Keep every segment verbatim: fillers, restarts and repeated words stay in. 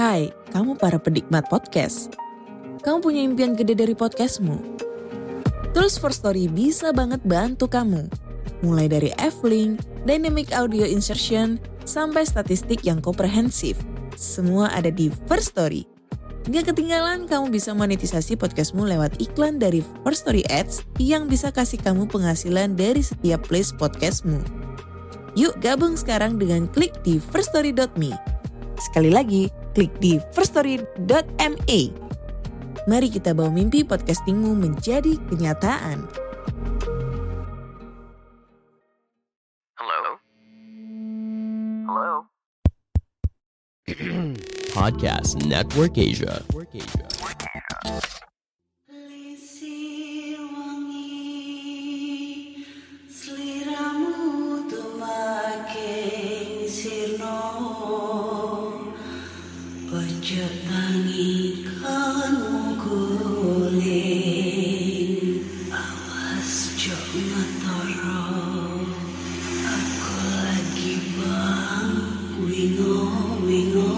Hai, kamu para penikmat podcast. Kamu punya impian gede dari podcastmu? Terus First Story bisa banget bantu kamu. Mulai dari F-Link, Dynamic Audio Insertion, sampai statistik yang komprehensif. Semua ada di First Story. Gak ketinggalan kamu bisa monetisasi podcastmu lewat iklan dari First Story Ads yang bisa kasih kamu penghasilan dari setiap place podcastmu. Yuk gabung sekarang dengan klik di first story dot me. Sekali lagi, klik di first story dot me. Mari kita bawa mimpi podcastingmu menjadi kenyataan. Hello? Hello? Podcast Network Asia. Ojo tangi kan guling, awas jo ngetoro. Aku lagi bang wingo wingo.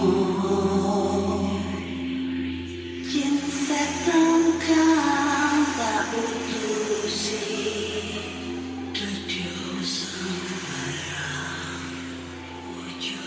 Jin setan kang tak utusi, dudu sembarang. Ojo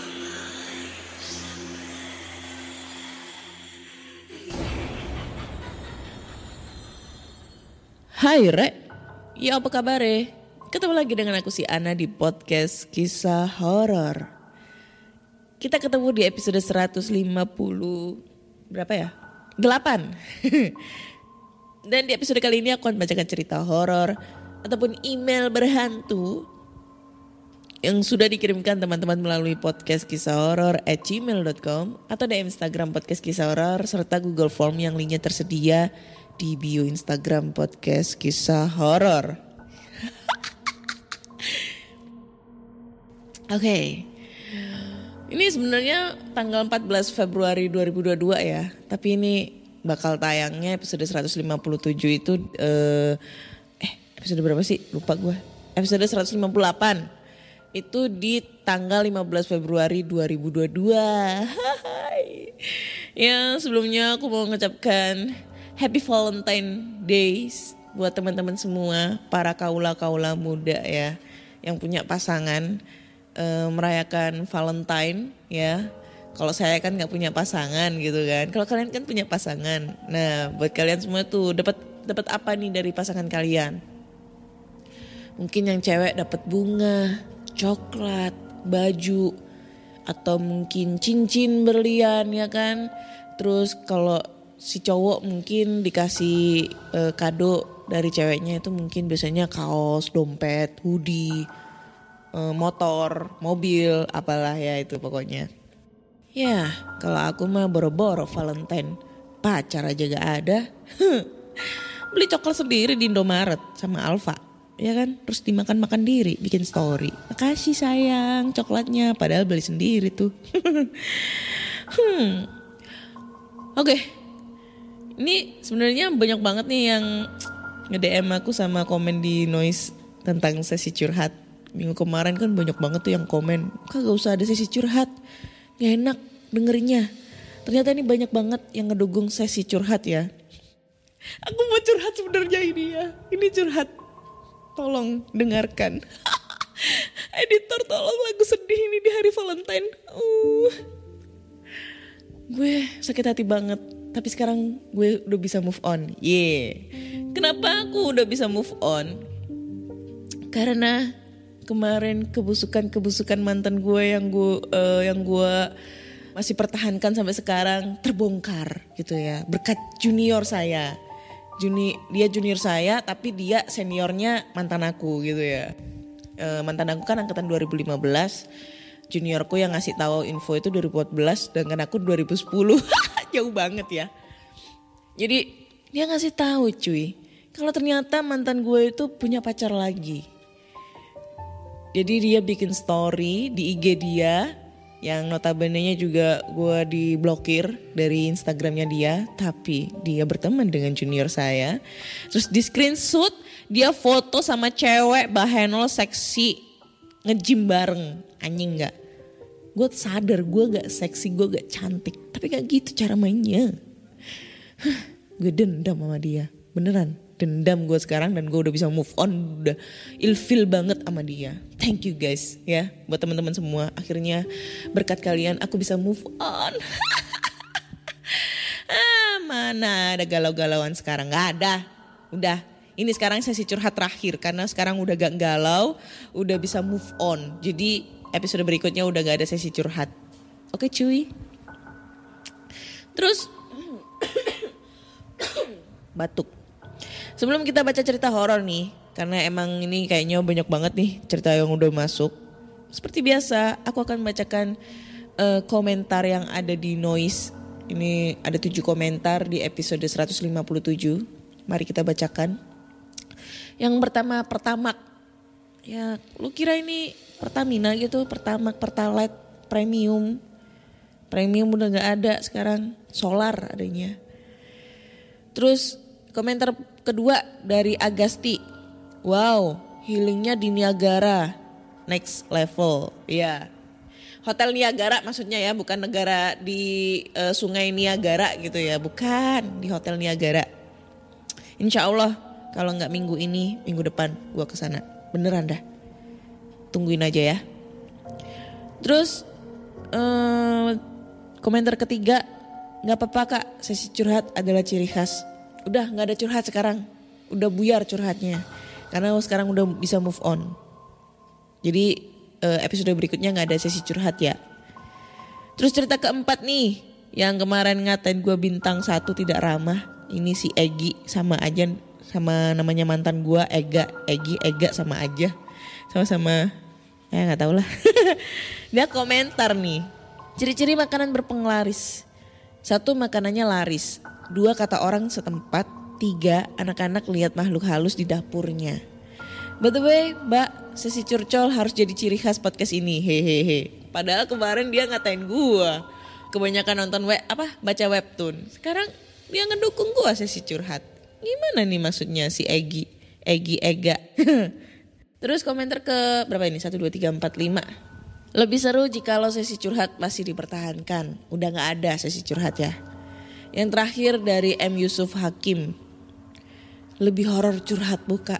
Hai Re, ya apa kabar re? Ketemu lagi dengan aku si Ana di podcast Kisah Horor. Kita ketemu di episode seratus lima puluh, berapa ya? delapan. Dan di episode kali ini aku akan bacakan cerita horor ataupun email berhantu yang sudah dikirimkan teman-teman melalui podcast kisah horor at gmail dot com atau di Instagram podcast kisah horor serta Google Form yang linknya tersedia di bio Instagram podcast kisah horor. Oke, okay. Ini sebenarnya tanggal empat belas Februari dua ribu dua puluh dua ya, tapi ini bakal tayangnya episode seratus lima puluh tujuh itu eh, eh episode berapa sih? Lupa gue. Episode seratus lima puluh delapan itu di tanggal lima belas Februari dua ribu dua puluh dua. Hai. Ya sebelumnya aku mau mengucapkan Happy Valentine Days buat teman-teman semua, para kaula-kaula muda ya yang punya pasangan e, merayakan Valentine ya. Kalau saya kan nggak punya pasangan gitu kan. Kalau kalian kan punya pasangan. Nah, buat kalian semua tuh dapat dapat apa nih dari pasangan kalian? Mungkin yang cewek dapat bunga, coklat, baju, atau mungkin cincin berlian ya kan. Terus kalau si cowok mungkin dikasih uh, kado dari ceweknya itu mungkin biasanya kaos, dompet, hoodie, uh, motor, mobil, apalah ya itu pokoknya. Ya kalau aku mah boro-boro Valentine, pacar aja gak ada. Beli coklat sendiri di Indomaret sama Alfa, ya kan? Terus dimakan-makan diri, bikin story. Makasih sayang coklatnya, padahal beli sendiri tuh. hmm. Oke. Okay. Ini sebenarnya banyak banget nih yang nge-D M aku sama komen di Noise tentang sesi curhat. Minggu kemarin kan banyak banget tuh yang komen, kagak usah ada sesi curhat, gak enak dengerinnya. Ternyata ini banyak banget yang ngedukung sesi curhat ya. Aku mau curhat sebenarnya ini ya, ini curhat. Tolong dengarkan. Editor tolong, lagu sedih ini di hari Valentine. Uh. Gue sakit hati banget. Tapi sekarang gue udah bisa move on. Yeah. Kenapa aku udah bisa move on? Karena kemarin kebusukan-kebusukan mantan gue yang gue uh, yang gue masih pertahankan sampai sekarang terbongkar gitu ya. Berkat junior saya. Juni, dia junior saya tapi dia seniornya mantan aku gitu ya. Uh, mantan aku kan angkatan dua ribu lima belas. Juniorku yang ngasih tahu info itu dua ribu empat belas, sedangkan aku dua ribu sepuluh. Jauh banget ya. Jadi dia ngasih tahu cuy, kalau ternyata mantan gue itu punya pacar lagi. Jadi dia bikin story di I G dia, yang notabene-nya juga gue diblokir dari Instagramnya dia, tapi dia berteman dengan junior saya. Terus di screenshot dia foto sama cewek bahenol seksi nge-gym bareng. Anjing gak? Gue sadar gue gak seksi, gue gak cantik, Tapi gak gitu cara mainnya. Gue dendam sama dia. Beneran dendam gue sekarang dan gue udah bisa move on. Udah ilfil banget sama dia. Thank you guys ya. Buat teman-teman semua. Akhirnya berkat kalian aku bisa move on. ah, mana ada galau-galauan sekarang. Gak ada. Udah. Ini sekarang sesi curhat terakhir. Karena sekarang udah gak galau. Udah bisa move on. Jadi episode berikutnya udah gak ada sesi curhat. Oke cuy. Terus batuk. Sebelum kita baca cerita horor nih, karena emang ini kayaknya banyak banget nih cerita yang udah masuk. Seperti biasa, aku akan bacakan uh, komentar yang ada di Noise. Ini ada tujuh komentar di episode seratus lima puluh tujuh. Mari kita bacakan. Yang pertama, Pertamax. Ya, lu kira ini Pertamina gitu, Pertamax, Pertalite, Premium. Premium udah gak ada sekarang, solar adanya. Terus komentar kedua dari Agasti. Wow, healingnya di Niagara, next level. Ya, Hotel Niagara maksudnya ya, bukan negara di uh, Sungai Niagara gitu ya, bukan di Hotel Niagara. Insya Allah kalau nggak minggu ini, minggu depan gue kesana, beneran dah. Tungguin aja ya. Terus uh, komentar ketiga, nggak apa-apa kak, sesi curhat adalah ciri khas. Udah gak ada curhat sekarang. Udah buyar curhatnya. Karena sekarang udah bisa move on. Jadi episode berikutnya gak ada sesi curhat ya. Terus cerita keempat nih. Yang kemarin ngatain gue bintang satu tidak ramah. Ini si Egi sama aja. Sama namanya mantan gue Ega. Egi, Ega sama aja. Sama-sama. Ya gak tau lah. Dia komentar nih. Ciri-ciri makanan berpenglaris. Satu, makanannya laris. Dua, kata orang setempat. Tiga, anak-anak lihat makhluk halus di dapurnya. By the way, Mbak, sesi curcol harus jadi ciri khas podcast ini. Hehehe. Padahal kemarin dia ngatain gua kebanyakan nonton web apa baca webtoon. Sekarang dia ngedukung gua sesi curhat. Gimana nih maksudnya si Egi? Egi Ega. Terus komentar ke berapa ini? satu, dua, tiga, empat, lima. Lebih seru jikalau sesi curhat masih dipertahankan. Udah gak ada sesi curhat ya. Yang terakhir dari M. Yusuf Hakim. Lebih horor curhat buka.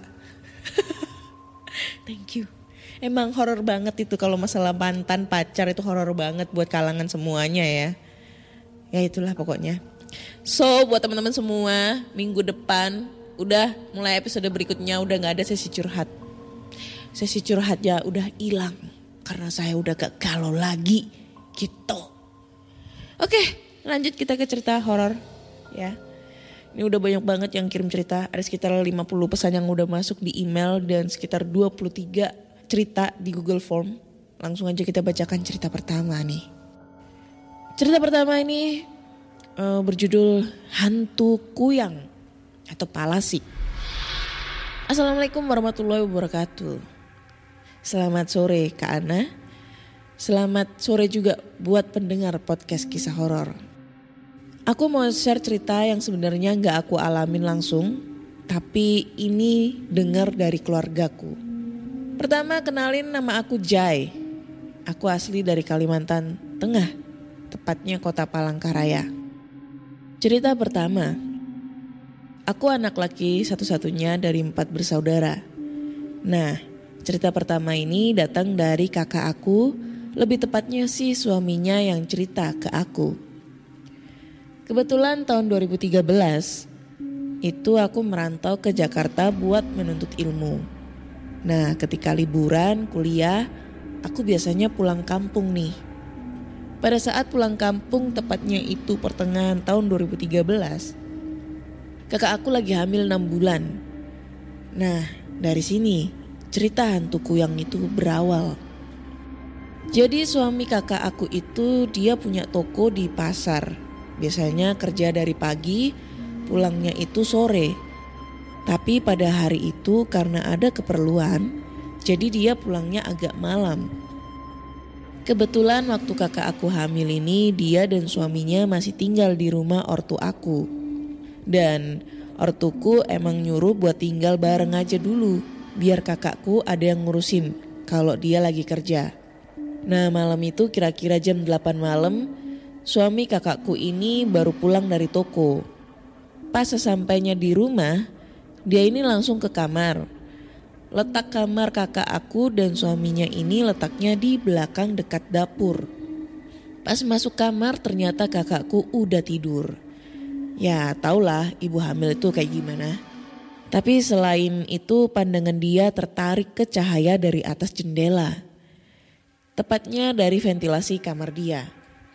Thank you. Emang horor banget itu kalau masalah mantan pacar itu horor banget buat kalangan semuanya ya. Ya itulah pokoknya. So buat teman-teman semua, minggu depan udah mulai episode berikutnya udah gak ada sesi curhat. Sesi curhatnya udah hilang karena saya udah gak galau lagi gitu. Oke. Lanjut kita ke cerita horor ya. Ini udah banyak banget yang kirim cerita. Ada sekitar lima puluh pesan yang udah masuk di email dan sekitar dua puluh tiga cerita di Google Form. Langsung aja kita bacakan cerita pertama nih. Cerita pertama ini uh, berjudul Hantu Kuyang atau Palasi. Assalamualaikum warahmatullahi wabarakatuh. Selamat sore Kak Ana. Selamat sore juga buat pendengar podcast kisah horor. Aku mau share cerita yang sebenarnya gak aku alamin langsung, tapi ini dengar dari keluargaku. Pertama kenalin, nama aku Jai. Aku asli dari Kalimantan Tengah, tepatnya kota Palangkaraya. Cerita pertama, aku anak laki satu-satunya dari empat bersaudara. Nah, cerita pertama ini datang dari kakak aku, lebih tepatnya sih suaminya yang cerita ke aku. Kebetulan tahun dua ribu tiga belas itu aku merantau ke Jakarta buat menuntut ilmu. Nah, ketika liburan kuliah, aku biasanya pulang kampung nih. Pada saat pulang kampung, tepatnya itu pertengahan tahun dua ribu tiga belas, kakak aku lagi hamil enam bulan. Nah, dari sini cerita hantu kuyang itu berawal. Jadi suami kakak aku itu dia punya toko di pasar. Biasanya kerja dari pagi, pulangnya itu sore. Tapi pada hari itu karena ada keperluan, jadi dia pulangnya agak malam. Kebetulan waktu kakak aku hamil ini, dia dan suaminya masih tinggal di rumah ortu aku. Dan ortuku emang nyuruh buat tinggal bareng aja dulu, biar kakakku ada yang ngurusin kalau dia lagi kerja. Nah, malam itu kira-kira jam delapan malam, Suami kakakku ini baru pulang dari toko. Pas sesampainya di rumah, dia ini langsung ke kamar. Letak kamar kakak aku dan suaminya ini letaknya di belakang dekat dapur. Pas masuk kamar ternyata kakakku udah tidur. Ya taulah ibu hamil itu kayak gimana. Tapi selain itu pandangan dia tertarik ke cahaya dari atas jendela. Tepatnya dari ventilasi kamar dia.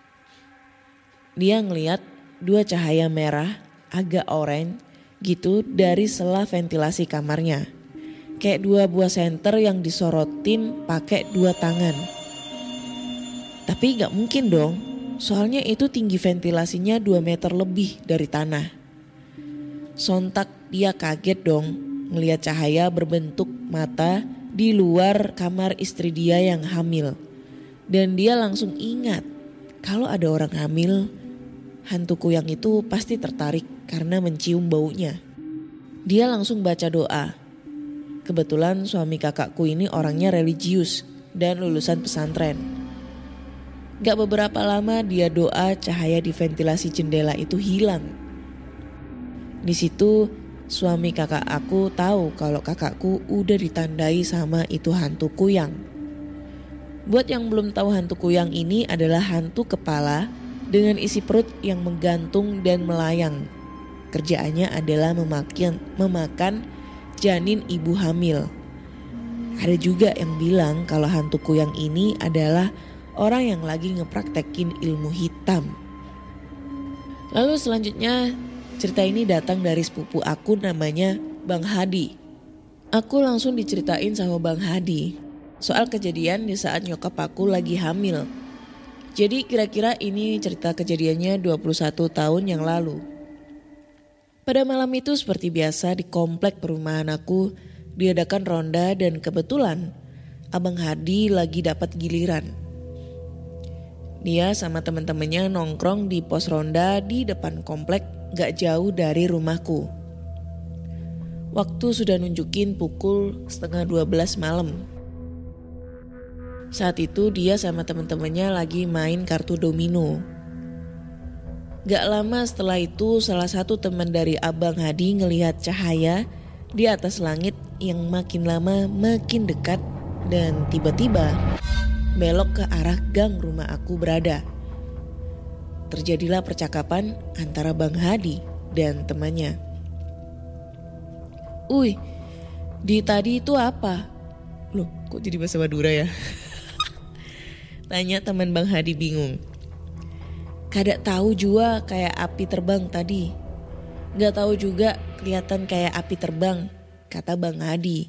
Dia ngeliat dua cahaya merah agak oranye gitu dari sela ventilasi kamarnya. Kayak dua buah senter yang disorotin pakai dua tangan. Tapi gak mungkin dong. Soalnya itu tinggi ventilasinya dua meter lebih dari tanah. Sontak dia kaget dong ngelihat cahaya berbentuk mata di luar kamar istri dia yang hamil. Dan dia langsung ingat kalau ada orang hamil, hantu kuyang itu pasti tertarik karena mencium baunya. Dia langsung baca doa. Kebetulan suami kakakku ini orangnya religius dan lulusan pesantren. Gak beberapa lama dia doa cahaya di ventilasi jendela itu hilang. Di situ suami kakak aku tahu kalau kakakku udah ditandai sama itu hantu kuyang. Buat yang belum tahu hantu kuyang ini adalah hantu kepala dengan isi perut yang menggantung dan melayang. Kerjaannya adalah memakan, memakan janin ibu hamil. Ada juga yang bilang kalau hantu kuyang ini adalah orang yang lagi ngepraktekin ilmu hitam. Lalu selanjutnya cerita ini datang dari sepupu aku namanya Bang Hadi. Aku langsung diceritain sama Bang Hadi soal kejadian di saat nyokap aku lagi hamil. Jadi kira-kira ini cerita kejadiannya dua puluh satu tahun yang lalu. Pada malam itu seperti biasa di komplek perumahan aku diadakan ronda dan kebetulan Abang Hadi lagi dapat giliran. Dia sama teman-temannya nongkrong di pos ronda di depan komplek gak jauh dari rumahku. Waktu sudah nunjukin pukul setengah dua belas malam. Saat itu dia sama teman-temannya lagi main kartu domino. Gak lama setelah itu salah satu teman dari Abang Hadi ngelihat cahaya di atas langit yang makin lama makin dekat dan tiba-tiba belok ke arah gang rumah aku berada. Terjadilah percakapan antara Bang Hadi dan temannya. Uy, di tadi itu apa? Loh, kok jadi bahasa Madura ya? Tanya teman Bang Hadi bingung. Kada tahu juga kayak api terbang tadi. Gak tahu juga kelihatan kayak api terbang, kata Bang Hadi.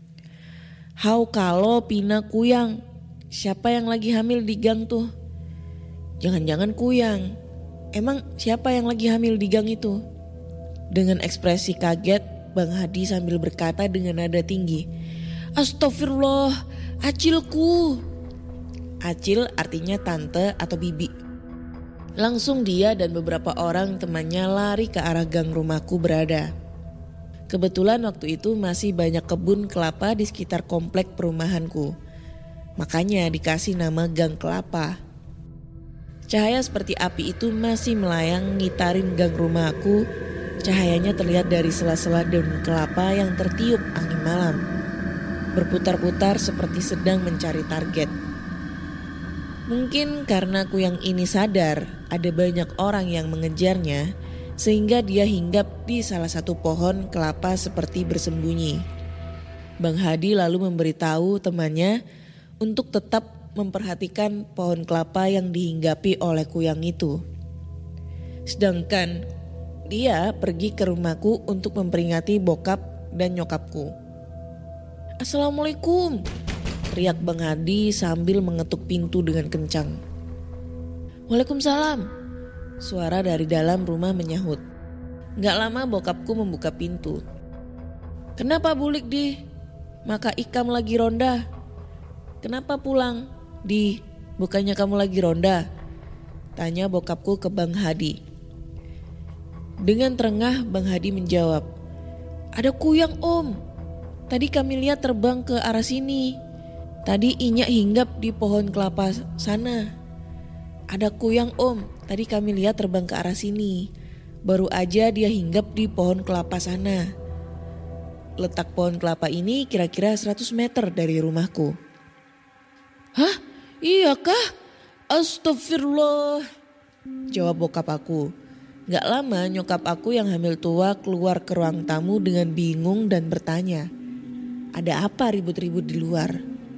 How kalau Pina kuyang? Siapa yang lagi hamil di gang tuh? Jangan-jangan kuyang. Emang siapa yang lagi hamil di gang itu? Dengan ekspresi kaget, Bang Hadi sambil berkata dengan nada tinggi. Astagfirullah, acilku. Acil artinya tante atau bibi. Langsung dia dan beberapa orang temannya lari ke arah gang rumahku berada. Kebetulan waktu itu masih banyak kebun kelapa di sekitar komplek perumahanku. Makanya dikasih nama Gang Kelapa. Cahaya seperti api itu masih melayang ngitarin gang rumahku. Cahayanya terlihat dari sela-sela daun kelapa yang tertiup angin malam. Berputar-putar seperti sedang mencari target. Mungkin karena kuyang ini sadar ada banyak orang yang mengejarnya, sehingga dia hinggap di salah satu pohon kelapa seperti bersembunyi. Bang Hadi lalu memberitahu temannya untuk tetap memperhatikan pohon kelapa yang dihinggapi oleh kuyang itu. Sedangkan dia pergi ke rumahku untuk memperingati bokap dan nyokapku. Assalamualaikum, teriak Bang Hadi sambil mengetuk pintu dengan kencang. Waalaikumsalam, suara dari dalam rumah menyahut. Gak lama bokapku membuka pintu. Kenapa bulik di? Maka ikam lagi ronda. Kenapa pulang? Di, bukannya kamu lagi ronda? Tanya bokapku ke Bang Hadi. Dengan terengah Bang Hadi menjawab. Ada kuyang om. Tadi kami lihat terbang ke arah sini. Tadi Inya hinggap di pohon kelapa sana. Ada kuyang om, tadi kami lihat terbang ke arah sini. Baru aja dia hinggap di pohon kelapa sana. Letak pohon kelapa ini kira-kira seratus meter dari rumahku. Hah? Iya kah? Astagfirullah. Jawab bokap aku. Gak lama nyokap aku yang hamil tua keluar ke ruang tamu dengan bingung dan bertanya. Ada apa ribut-ribut di luar?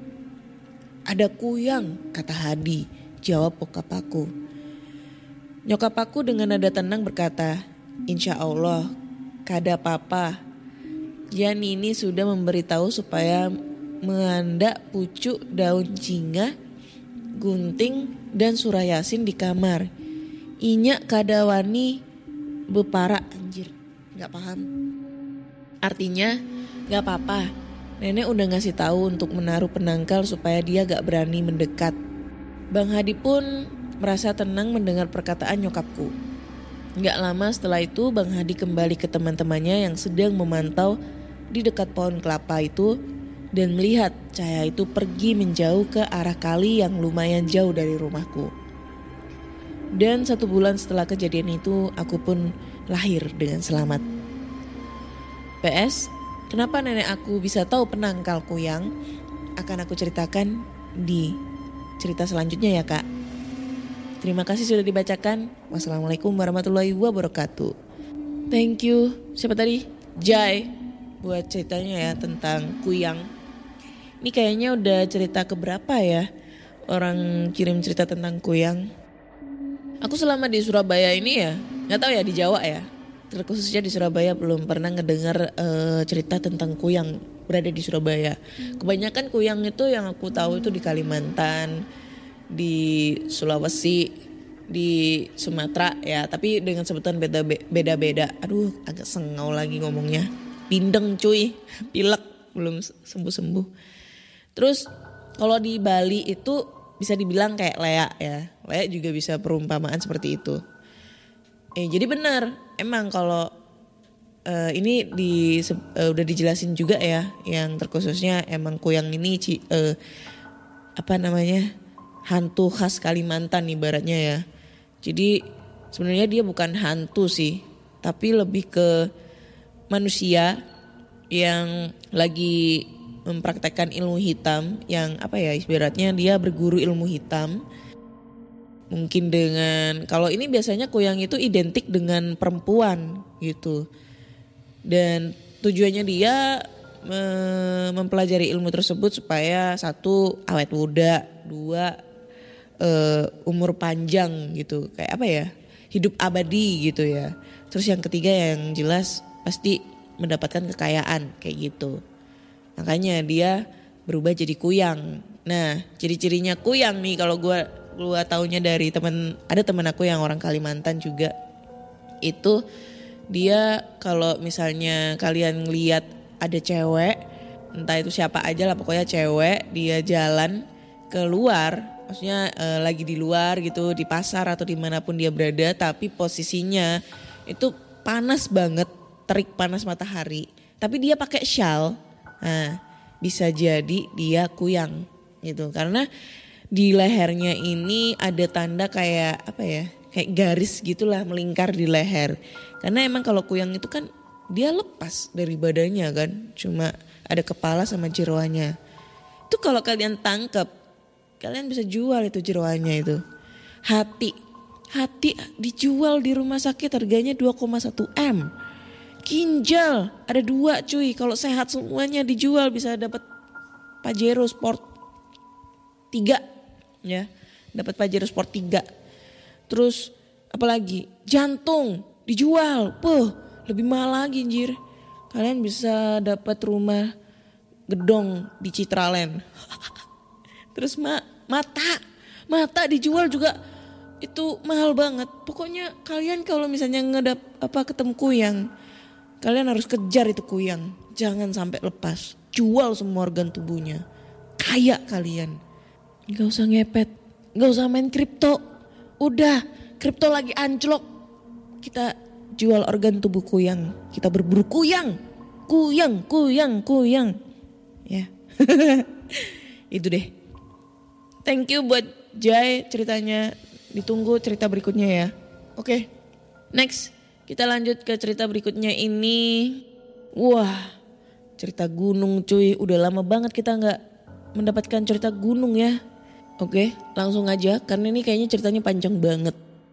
Ada kuyang, kata Hadi. Jawab bokap aku. Nyokap aku dengan nada tenang berkata, insya Allah, kada apa-apa. Jan ini sudah memberitahu supaya menganda pucuk daun jingga, gunting dan surah yasin di kamar. Inyak kada wani bepara anjir, gak paham. Artinya gak apa-apa, nenek udah ngasih tahu untuk menaruh penangkal supaya dia gak berani mendekat. Bang Hadi pun merasa tenang mendengar perkataan nyokapku. Gak lama setelah itu Bang Hadi kembali ke teman-temannya yang sedang memantau di dekat pohon kelapa itu dan melihat cahaya itu pergi menjauh ke arah kali yang lumayan jauh dari rumahku. Dan satu bulan setelah kejadian itu aku pun lahir dengan selamat. P S, kenapa nenek aku bisa tahu penangkal kuyang akan aku ceritakan di cerita selanjutnya ya kak. Terima kasih sudah dibacakan. Wassalamualaikum warahmatullahi wabarakatuh. Thank you. Siapa tadi? Jai. Buat ceritanya ya tentang kuyang. Ini kayaknya udah cerita keberapa ya orang kirim cerita tentang kuyang. Aku selama di Surabaya ini ya, gak tahu ya di Jawa ya, terkhususnya di Surabaya belum pernah ngedengar uh, cerita tentang kuyang berada di Surabaya. Kebanyakan kuyang itu yang aku tahu itu di Kalimantan, di Sulawesi, di Sumatera ya, tapi dengan sebutan beda beda-beda. Aduh, agak sengau lagi ngomongnya. Pindeng cuy, pilek belum sembuh-sembuh. Terus kalau di Bali itu bisa dibilang kayak leak ya. Leak juga bisa perumpamaan seperti itu. Eh jadi benar, emang kalau uh, ini di uh, udah dijelasin juga ya, yang terkhususnya emang kuyang ini uh, apa namanya? hantu khas Kalimantan ibaratnya ya. Jadi sebenarnya dia bukan hantu sih, tapi lebih ke manusia yang lagi mempraktekkan ilmu hitam, yang apa ya ibaratnya dia berguru ilmu hitam. Mungkin dengan, kalau ini biasanya kuyang itu identik dengan perempuan gitu. Dan tujuannya dia me, mempelajari ilmu tersebut supaya satu awet muda, dua uh, umur panjang gitu. Kayak apa ya? Hidup abadi gitu ya. Terus yang ketiga yang jelas pasti mendapatkan kekayaan kayak gitu. Makanya dia berubah jadi kuyang. Nah, ciri-cirinya kuyang nih kalau gue gue taunya dari teman, ada teman aku yang orang Kalimantan juga. Itu dia kalau misalnya kalian lihat ada cewek, entah itu siapa aja lah pokoknya cewek, dia jalan keluar, maksudnya eh, lagi di luar gitu, di pasar atau dimanapun dia berada, tapi posisinya itu panas banget, terik panas matahari, tapi dia pakai shawl. Nah, bisa jadi dia kuyang gitu. Karena di lehernya ini ada tanda kayak apa ya? Kayak garis gitulah melingkar di leher. Karena emang kalau kuyang itu kan dia lepas dari badannya kan. Cuma ada kepala sama jeroannya. Itu kalau kalian tangkap, kalian bisa jual itu jeroannya itu. Hati. Hati dijual di rumah sakit harganya dua koma satu M. Ginjal ada dua cuy, kalau sehat semuanya dijual bisa dapat Pajero Sport tiga ya, dapat Pajero Sport tiga. Terus apalagi jantung dijual, puh lebih mahal lagi anjir. Kalian bisa dapat rumah gedong di Citraland. Terus ma mata, mata dijual juga itu mahal banget. Pokoknya kalian kalau misalnya ngedap apa ketemu kuyang, kalian harus kejar itu kuyang. Jangan sampai lepas. Jual semua organ tubuhnya. Kaya kalian. Gak usah ngepet. Gak usah main kripto. Udah. Kripto lagi anjlok. Kita jual organ tubuh kuyang. Kita berburu kuyang. Kuyang, kuyang, kuyang. Ya. Itu deh. Thank you buat Jai ceritanya. Ditunggu cerita berikutnya ya. Oke, next kita lanjut ke cerita berikutnya ini. Wah, cerita gunung cuy. Udah lama banget kita gak mendapatkan cerita gunung ya. Oke, langsung aja karena ini kayaknya ceritanya panjang banget.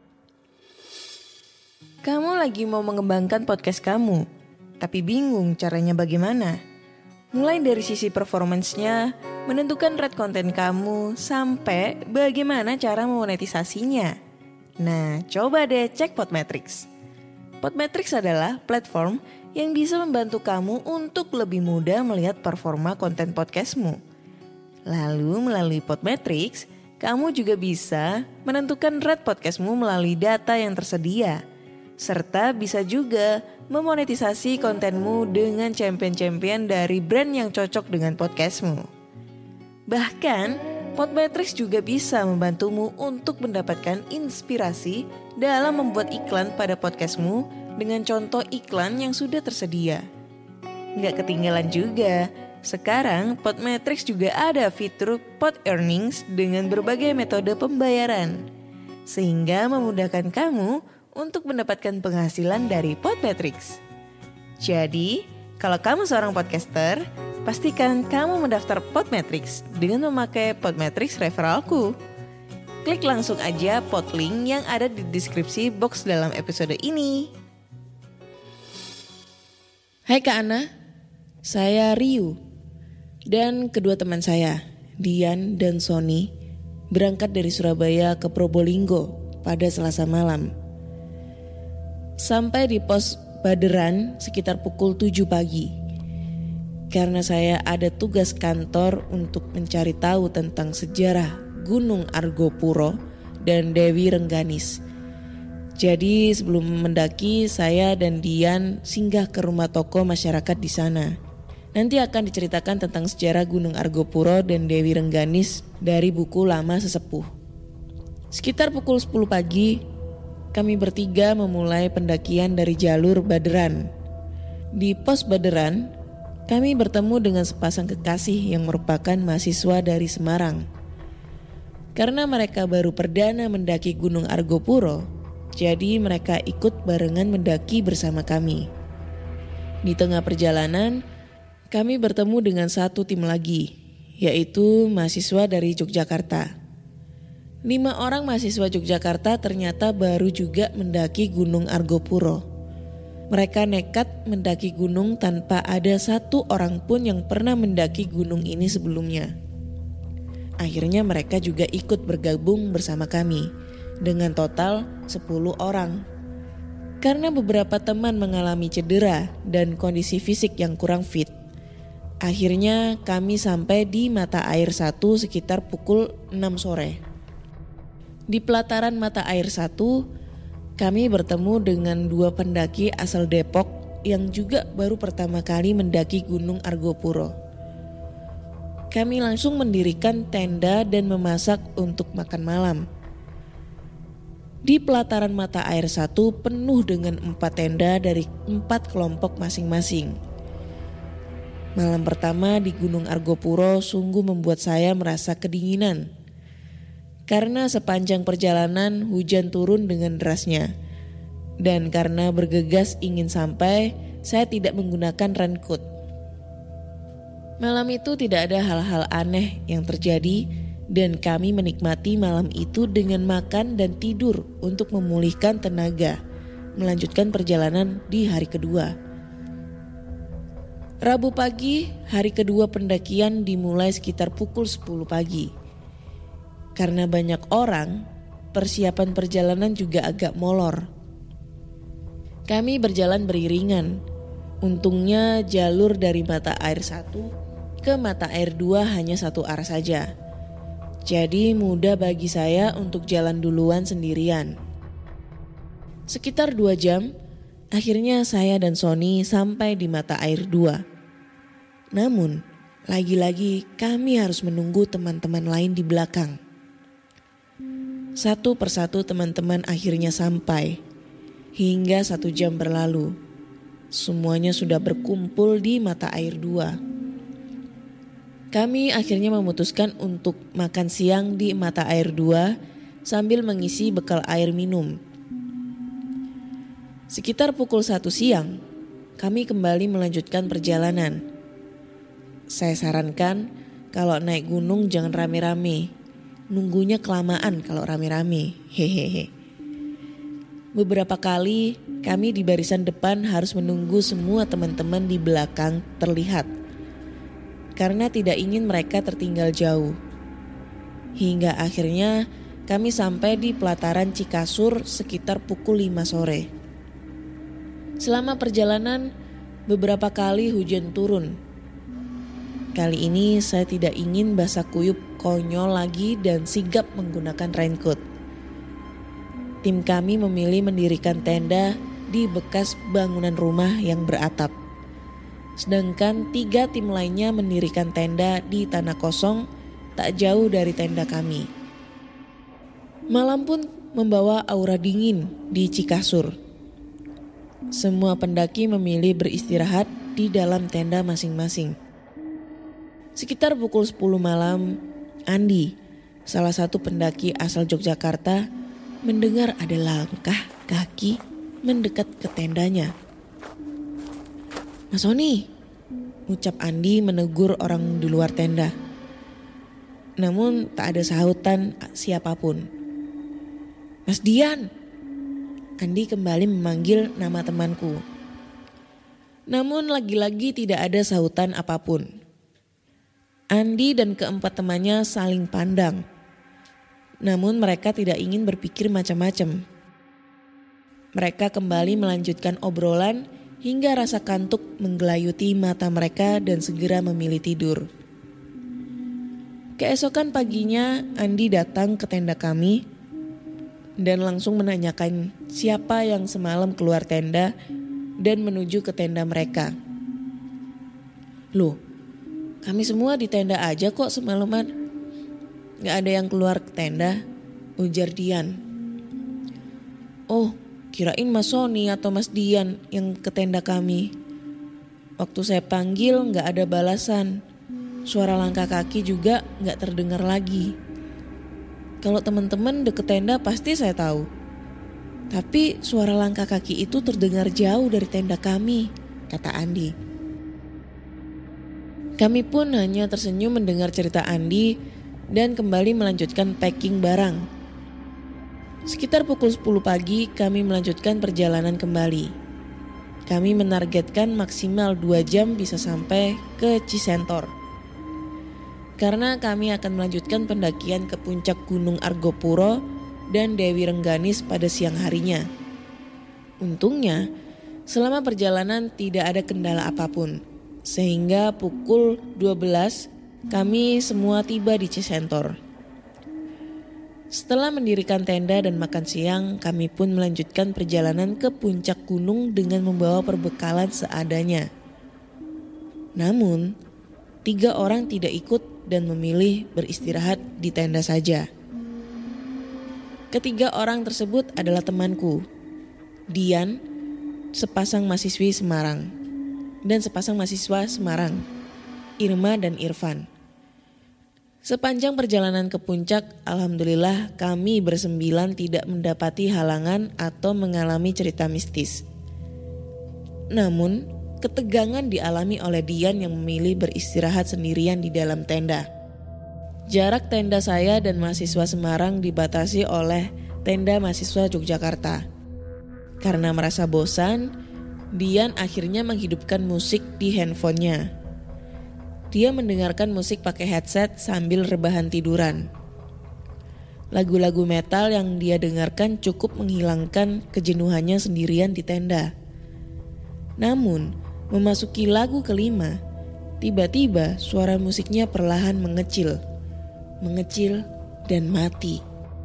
Kamu lagi mau mengembangkan podcast kamu, tapi bingung caranya bagaimana? Mulai dari sisi performance-nya, menentukan rate konten kamu, sampai bagaimana cara memonetisasinya. Nah, coba deh cek Podmetrics. Podmetrics adalah platform yang bisa membantu kamu untuk lebih mudah melihat performa konten podcastmu. Lalu melalui Podmetrics, kamu juga bisa menentukan rate podcastmu melalui data yang tersedia. Serta bisa juga memonetisasi kontenmu dengan champion-champion dari brand yang cocok dengan podcastmu. Bahkan, Podmetrics juga bisa membantumu untuk mendapatkan inspirasi dalam membuat iklan pada podcastmu dengan contoh iklan yang sudah tersedia. Nggak ketinggalan juga, sekarang Podmetrics juga ada fitur Pod Earnings dengan berbagai metode pembayaran. Sehingga memudahkan kamu untuk mendapatkan penghasilan dari Podmetrics. Jadi, kalau kamu seorang podcaster, pastikan kamu mendaftar Podmetrics dengan memakai Podmetrics referralku. Klik langsung aja podlink yang ada di deskripsi box dalam episode ini. Hai Kak Ana, saya Ryu dan kedua teman saya, Dian dan Sony, berangkat dari Surabaya ke Probolinggo pada Selasa malam. Sampai di pos Baderan sekitar pukul tujuh pagi. Karena saya ada tugas kantor untuk mencari tahu tentang sejarah Gunung Argopuro dan Dewi Rengganis. Jadi sebelum mendaki, saya dan Dian singgah ke rumah tokoh masyarakat di sana. Nanti akan diceritakan tentang sejarah Gunung Argopuro dan Dewi Rengganis dari buku lama sesepuh. Sekitar pukul sepuluh pagi, kami bertiga memulai pendakian dari jalur Baderan. Di pos Baderan, kami bertemu dengan sepasang kekasih yang merupakan mahasiswa dari Semarang. Karena mereka baru perdana mendaki Gunung Argopuro, jadi mereka ikut barengan mendaki bersama kami. Di tengah perjalanan, kami bertemu dengan satu tim lagi, yaitu mahasiswa dari Yogyakarta. Lima orang mahasiswa Yogyakarta ternyata baru juga mendaki Gunung Argopuro. Mereka nekat mendaki gunung tanpa ada satu orang pun yang pernah mendaki gunung ini sebelumnya. Akhirnya mereka juga ikut bergabung bersama kami dengan total sepuluh orang. Karena beberapa teman mengalami cedera dan kondisi fisik yang kurang fit, akhirnya kami sampai di mata air satu sekitar pukul enam sore. Di pelataran mata air satu, kami bertemu dengan dua pendaki asal Depok yang juga baru pertama kali mendaki Gunung Argopuro. Kami langsung mendirikan tenda dan memasak untuk makan malam. Di pelataran mata air satu penuh dengan empat tenda dari empat kelompok masing-masing. Malam pertama di Gunung Argopuro sungguh membuat saya merasa kedinginan. Karena sepanjang perjalanan hujan turun dengan derasnya. Dan karena bergegas ingin sampai, saya tidak menggunakan raincoat. Malam itu tidak ada hal-hal aneh yang terjadi dan kami menikmati malam itu dengan makan dan tidur untuk memulihkan tenaga, melanjutkan perjalanan di hari kedua. Rabu pagi, hari kedua pendakian dimulai sekitar pukul sepuluh pagi. Karena banyak orang, persiapan perjalanan juga agak molor. Kami berjalan beriringan. Untungnya jalur dari mata air satu ke mata air dua hanya satu arah saja. Jadi mudah bagi saya untuk jalan duluan sendirian. Sekitar dua jam, akhirnya saya dan Sony sampai di mata air dua. Namun, lagi-lagi kami harus menunggu teman-teman lain di belakang. Satu persatu teman-teman akhirnya sampai. Hingga satu jam berlalu. Semuanya sudah berkumpul di mata air dua. Kami akhirnya memutuskan untuk makan siang di mata air dua sambil mengisi bekal air minum. Sekitar pukul satu siang, kami kembali melanjutkan perjalanan. Saya sarankan kalau naik gunung jangan rame-rame, nunggunya kelamaan kalau rame-rame, hehehe. Beberapa kali kami di barisan depan harus menunggu semua teman-teman di belakang terlihat, karena tidak ingin mereka tertinggal jauh. Hingga akhirnya kami sampai di pelataran Cikasur sekitar pukul lima sore. Selama perjalanan beberapa kali hujan turun. Kali ini saya tidak ingin basah kuyup konyol lagi dan sigap menggunakan raincoat. Tim kami memilih mendirikan tenda di bekas bangunan rumah yang beratap. Sedangkan tiga tim lainnya mendirikan tenda di tanah kosong tak jauh dari tenda kami. Malam pun membawa aura dingin di Cikasur. Semua pendaki memilih beristirahat di dalam tenda masing-masing. Sekitar pukul sepuluh malam, Andi, salah satu pendaki asal Yogyakarta, mendengar ada langkah kaki mendekat ke tendanya. "Mas Oni," ucap Andi menegur orang di luar tenda. Namun tak ada sahutan siapapun. "Mas Dian," Andi kembali memanggil nama temanku. Namun lagi-lagi tidak ada sahutan apapun. Andi dan keempat temannya saling pandang. Namun mereka tidak ingin berpikir macam-macam. Mereka kembali melanjutkan obrolan hingga rasa kantuk menggelayuti mata mereka dan segera memilih tidur. Keesokan paginya Andi datang ke tenda kami dan langsung menanyakan siapa yang semalam keluar tenda dan menuju ke tenda mereka. "Loh, kami semua di tenda aja kok semalaman. Gak ada yang keluar ke tenda," ujar Dian. "Oh, kirain Mas Sony atau Mas Dian yang ke tenda kami. Waktu saya panggil gak ada balasan. Suara langkah kaki juga gak terdengar lagi. Kalau teman-teman deket tenda pasti saya tahu. Tapi suara langkah kaki itu terdengar jauh dari tenda kami," kata Andi. Kami pun hanya tersenyum mendengar cerita Andi dan kembali melanjutkan packing barang. Sekitar pukul sepuluh pagi kami melanjutkan perjalanan kembali. Kami menargetkan maksimal dua jam bisa sampai ke Cisentor. Karena kami akan melanjutkan pendakian ke puncak Gunung Argopuro dan Dewi Rengganis pada siang harinya. Untungnya, selama perjalanan tidak ada kendala apapun. Sehingga pukul dua belas kami semua tiba di Cisentor. Setelah mendirikan tenda dan makan siang, kami pun melanjutkan perjalanan ke puncak gunung dengan membawa perbekalan seadanya. Namun, tiga orang tidak ikut dan memilih beristirahat di tenda saja. Ketiga orang tersebut adalah temanku, Dian, sepasang mahasiswi Semarang, dan sepasang mahasiswa Semarang, Irma dan Irfan. Sepanjang perjalanan ke puncak, alhamdulillah kami bersembilan tidak mendapati halangan atau mengalami cerita mistis. Namun, ketegangan dialami oleh Dian yang memilih beristirahat sendirian di dalam tenda. Jarak tenda saya dan mahasiswa Semarang dibatasi oleh tenda mahasiswa Yogyakarta. Karena merasa bosan, Dian akhirnya menghidupkan musik di handphonenya. Dia mendengarkan musik pakai headset sambil rebahan tiduran. Lagu-lagu metal yang dia dengarkan cukup menghilangkan kejenuhannya sendirian di tenda. Namun, memasuki lagu kelima, tiba-tiba suara musiknya perlahan mengecil, mengecil dan mati.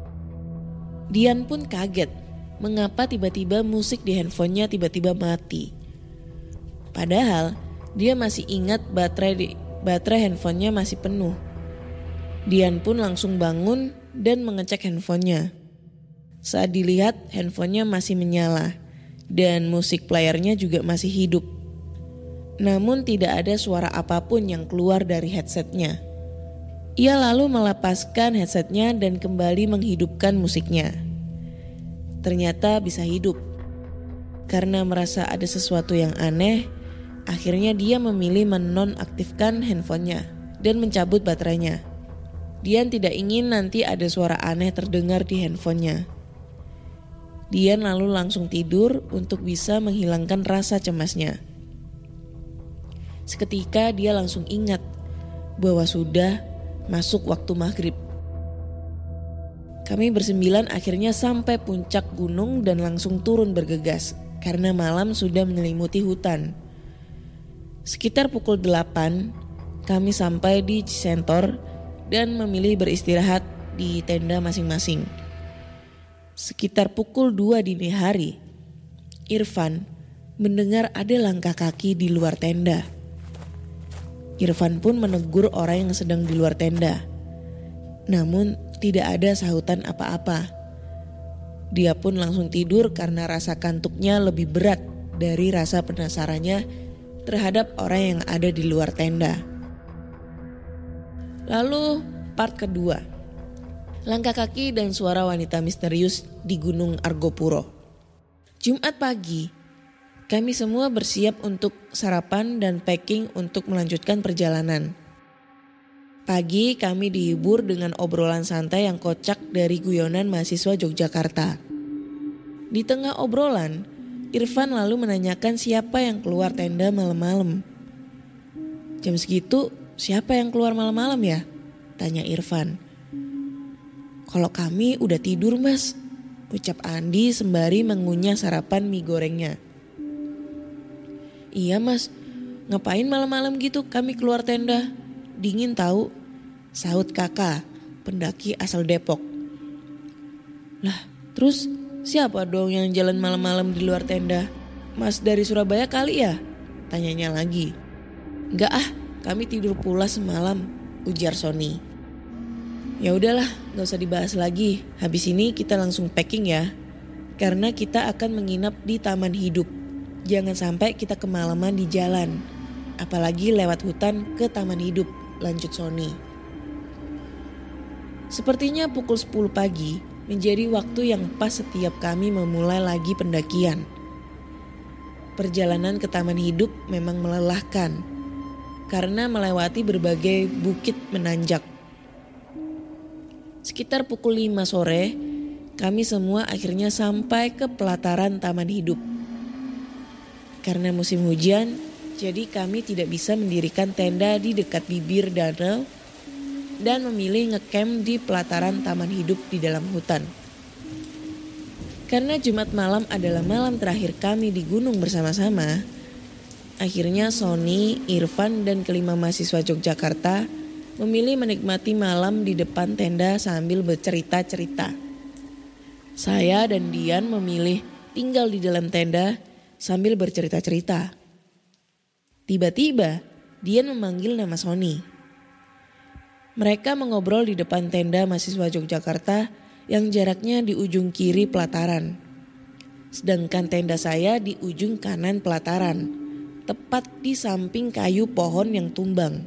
Dian pun kaget, mengapa tiba-tiba musik di handphonenya tiba-tiba mati. Padahal dia masih ingat baterai di, baterai handphonenya masih penuh. Dian pun langsung bangun dan mengecek handphonenya. Saat dilihat handphonenya masih menyala dan musik playernya juga masih hidup. Namun tidak ada suara apapun yang keluar dari headsetnya. Ia lalu melepaskan headsetnya dan kembali menghidupkan musiknya. Ternyata bisa hidup. Karena merasa ada sesuatu yang aneh, akhirnya dia memilih menonaktifkan handphonenya dan mencabut baterainya. Dian tidak ingin nanti ada suara aneh terdengar di handphonenya. Dian lalu langsung tidur untuk bisa menghilangkan rasa cemasnya. Seketika dia langsung ingat bahwa sudah masuk waktu maghrib. Kami bersembilan akhirnya sampai puncak gunung dan langsung turun bergegas karena malam sudah menyelimuti hutan. Sekitar pukul delapan kami sampai di Cisentor dan memilih beristirahat di tenda masing-masing. Sekitar pukul dua dini hari, Irfan mendengar ada langkah kaki di luar tenda. Irfan pun menegur orang yang sedang di luar tenda. Namun tidak ada sahutan apa-apa. Dia pun langsung tidur karena rasa kantuknya lebih berat dari rasa penasarannya terhadap orang yang ada di luar tenda. Lalu part kedua. Langkah kaki dan suara wanita misterius di Gunung Argopuro. Jumat pagi, kami semua bersiap untuk sarapan dan packing untuk melanjutkan perjalanan. Pagi kami dihibur dengan obrolan santai yang kocak dari guyonan mahasiswa Yogyakarta. Di tengah obrolan, Irfan lalu menanyakan siapa yang keluar tenda malam-malam. Jam segitu siapa yang keluar malam-malam ya? Tanya Irfan. Kalau kami udah tidur mas, ucap Andi sembari mengunyah sarapan mie gorengnya. Iya mas, ngapain malam-malam gitu kami keluar tenda? Dingin tahu, sahut kakak, pendaki asal Depok. Lah, terus siapa dong yang jalan malam-malam di luar tenda? Mas dari Surabaya kali ya? Tanyanya lagi. Enggak ah, kami tidur pula semalam, ujar Sony. Ya udahlah, gak usah dibahas lagi. Habis ini kita langsung packing ya. Karena kita akan menginap di Taman Hidup. Jangan sampai kita kemalaman di jalan. Apalagi lewat hutan ke Taman Hidup, lanjut Sony. Sepertinya pukul sepuluh pagi menjadi waktu yang pas setiap kami memulai lagi pendakian. Perjalanan ke Taman Hidup memang melelahkan karena melewati berbagai bukit menanjak. Sekitar pukul lima sore, kami semua akhirnya sampai ke pelataran Taman Hidup. Karena musim hujan, jadi kami tidak bisa mendirikan tenda di dekat bibir danau dan memilih ngecamp di pelataran Taman Hidup di dalam hutan. Karena Jumat malam adalah malam terakhir kami di gunung bersama-sama, akhirnya Sony, Irfan, dan kelima mahasiswa Yogyakarta memilih menikmati malam di depan tenda sambil bercerita-cerita. Saya dan Dian memilih tinggal di dalam tenda sambil bercerita-cerita. Tiba-tiba Dian memanggil nama Sony. Mereka mengobrol di depan tenda mahasiswa Yogyakarta yang jaraknya di ujung kiri pelataran. Sedangkan tenda saya di ujung kanan pelataran, tepat di samping kayu pohon yang tumbang.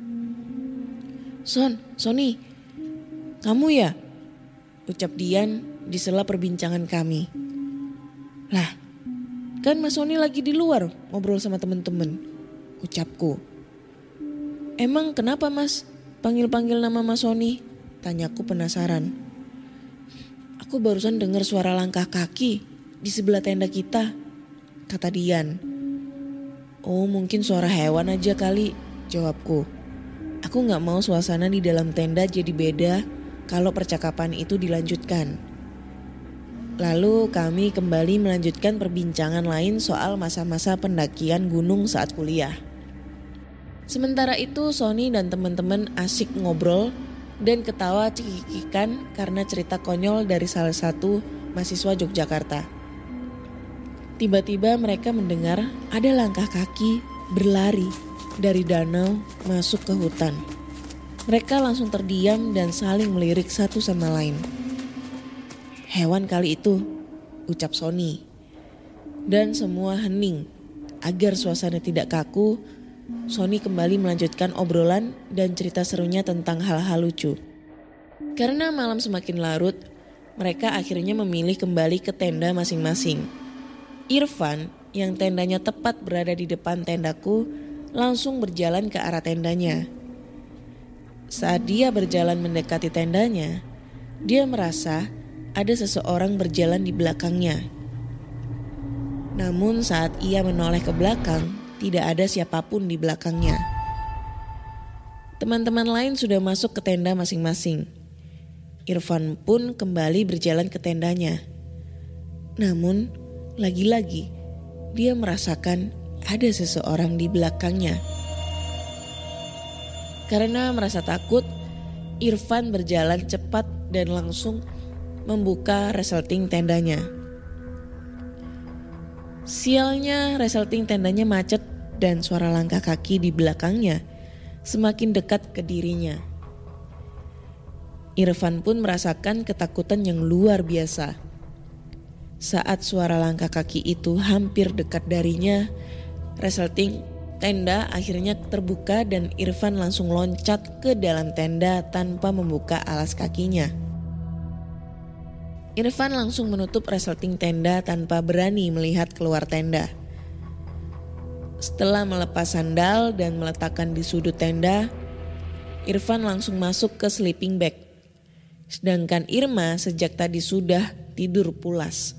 Son, Sony, kamu ya? Ucap Dian di sela perbincangan kami. Lah, kan Mas Sony lagi di luar ngobrol sama temen-temen, ucapku. Emang kenapa mas panggil-panggil nama Mas Sony? Tanyaku penasaran. Aku barusan dengar suara langkah kaki di sebelah tenda kita, kata Dian. Oh mungkin suara hewan aja kali, jawabku. Aku gak mau suasana di dalam tenda jadi beda kalau percakapan itu dilanjutkan. Lalu kami kembali melanjutkan perbincangan lain soal masa-masa pendakian gunung saat kuliah. Sementara itu Sony dan teman-teman asik ngobrol dan ketawa cekikikan karena cerita konyol dari salah satu mahasiswa Yogyakarta. Tiba-tiba mereka mendengar ada langkah kaki berlari dari danau masuk ke hutan. Mereka langsung terdiam dan saling melirik satu sama lain. Hewan kali itu, ucap Sony. Dan semua hening agar suasana tidak kaku Sony kembali melanjutkan obrolan dan cerita serunya tentang hal-hal lucu. Karena malam semakin larut, mereka akhirnya memilih kembali ke tenda masing-masing. Irfan, yang tendanya tepat berada di depan tendaku, langsung berjalan ke arah tendanya. Saat dia berjalan mendekati tendanya, dia merasa ada seseorang berjalan di belakangnya. Namun saat ia menoleh ke belakang, tidak ada siapapun di belakangnya. Teman-teman lain sudah masuk ke tenda masing-masing. Irfan pun kembali berjalan ke tendanya. Namun, lagi-lagi dia merasakan ada seseorang di belakangnya. Karena merasa takut, Irfan berjalan cepat dan langsung membuka resleting tendanya. Sialnya, resleting tendanya macet dan suara langkah kaki di belakangnya semakin dekat ke dirinya. Irfan pun merasakan ketakutan yang luar biasa. Saat suara langkah kaki itu hampir dekat darinya, resleting tenda akhirnya terbuka dan Irfan langsung loncat ke dalam tenda tanpa membuka alas kakinya. Irfan langsung menutup resleting tenda tanpa berani melihat keluar tenda. Setelah melepas sandal dan meletakkan di sudut tenda, Irfan langsung masuk ke sleeping bag. Sedangkan Irma sejak tadi sudah tidur pulas.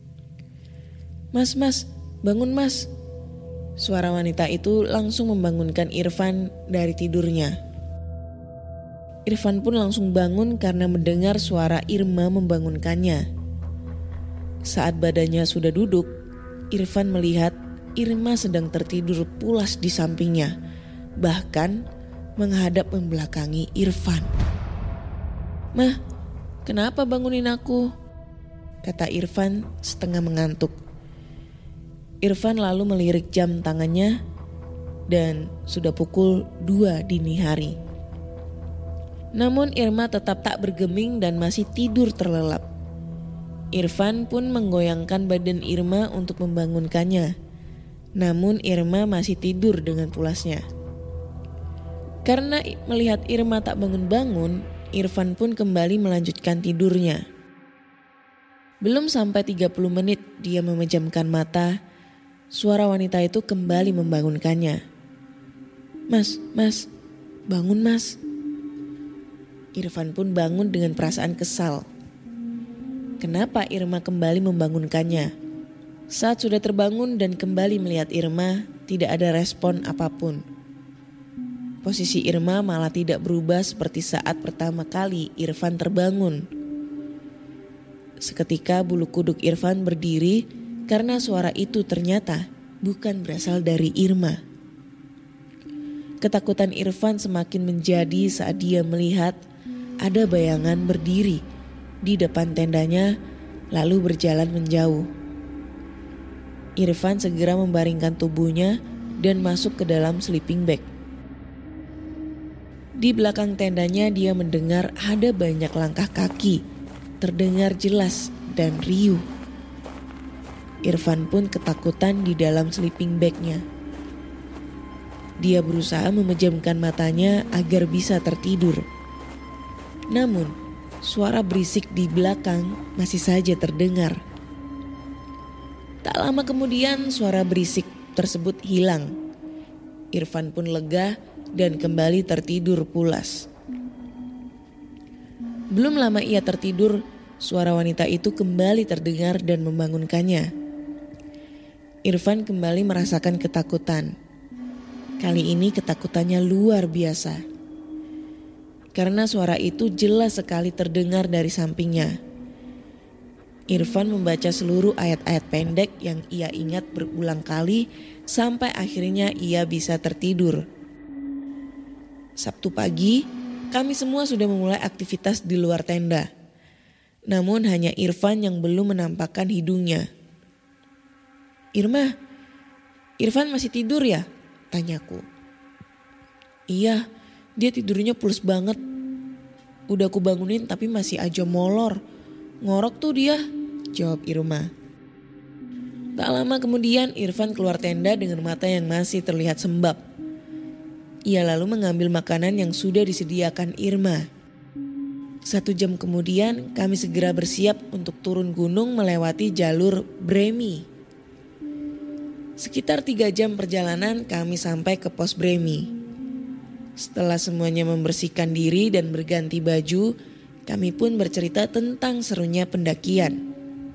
"Mas, mas, bangun mas." Suara wanita itu langsung membangunkan Irfan dari tidurnya. Irfan pun langsung bangun karena mendengar suara Irma membangunkannya. Saat badannya sudah duduk, Irfan melihat Irma sedang tertidur pulas di sampingnya, bahkan menghadap membelakangi Irfan. "Mah, kenapa bangunin aku?" kata Irfan setengah mengantuk. Irfan lalu melirik jam tangannya dan sudah pukul dua dini hari. Namun Irma tetap tak bergeming dan masih tidur terlelap. Irfan pun menggoyangkan badan Irma untuk membangunkannya. Namun Irma masih tidur dengan pulasnya. Karena melihat Irma tak bangun-bangun, Irfan pun kembali melanjutkan tidurnya. Belum sampai tiga puluh menit dia memejamkan mata. Suara wanita itu kembali membangunkannya. "Mas, mas, bangun mas." Irfan pun bangun dengan perasaan kesal. Kenapa Irma kembali membangunkannya? Saat sudah terbangun dan kembali melihat Irma, tidak ada respon apapun. Posisi Irma malah tidak berubah seperti saat pertama kali Irfan terbangun. Seketika bulu kuduk Irfan berdiri karena suara itu ternyata bukan berasal dari Irma. Ketakutan Irfan semakin menjadi saat dia melihat ada bayangan berdiri di depan tendanya lalu berjalan menjauh. Irfan segera membaringkan tubuhnya dan masuk ke dalam sleeping bag. Di belakang tendanya dia mendengar ada banyak langkah kaki, terdengar jelas dan riuh. Irfan pun ketakutan di dalam sleeping bag-nya. Dia berusaha memejamkan matanya agar bisa tertidur. Namun, suara berisik di belakang masih saja terdengar. Tak lama kemudian suara berisik tersebut hilang. Irfan pun lega dan kembali tertidur pulas. Belum lama ia tertidur, suara wanita itu kembali terdengar dan membangunkannya. Irfan kembali merasakan ketakutan. Kali ini ketakutannya luar biasa. Karena suara itu jelas sekali terdengar dari sampingnya. Irfan membaca seluruh ayat-ayat pendek yang ia ingat berulang kali sampai akhirnya ia bisa tertidur. Sabtu pagi, kami semua sudah memulai aktivitas di luar tenda. Namun hanya Irfan yang belum menampakkan hidungnya. "Irma, Irfan masih tidur ya?" tanyaku. "Iya, dia tidurnya pulas banget. Udah aku bangunin tapi masih aja molor. Ngorok tuh dia," jawab Irma. Tak lama kemudian Irfan keluar tenda dengan mata yang masih terlihat sembab. Ia lalu mengambil makanan yang sudah disediakan Irma. Satu jam kemudian kami segera bersiap untuk turun gunung melewati jalur Bremi. Sekitar tiga jam perjalanan kami sampai ke pos Bremi. Setelah semuanya membersihkan diri dan berganti baju, kami pun bercerita tentang serunya pendakian.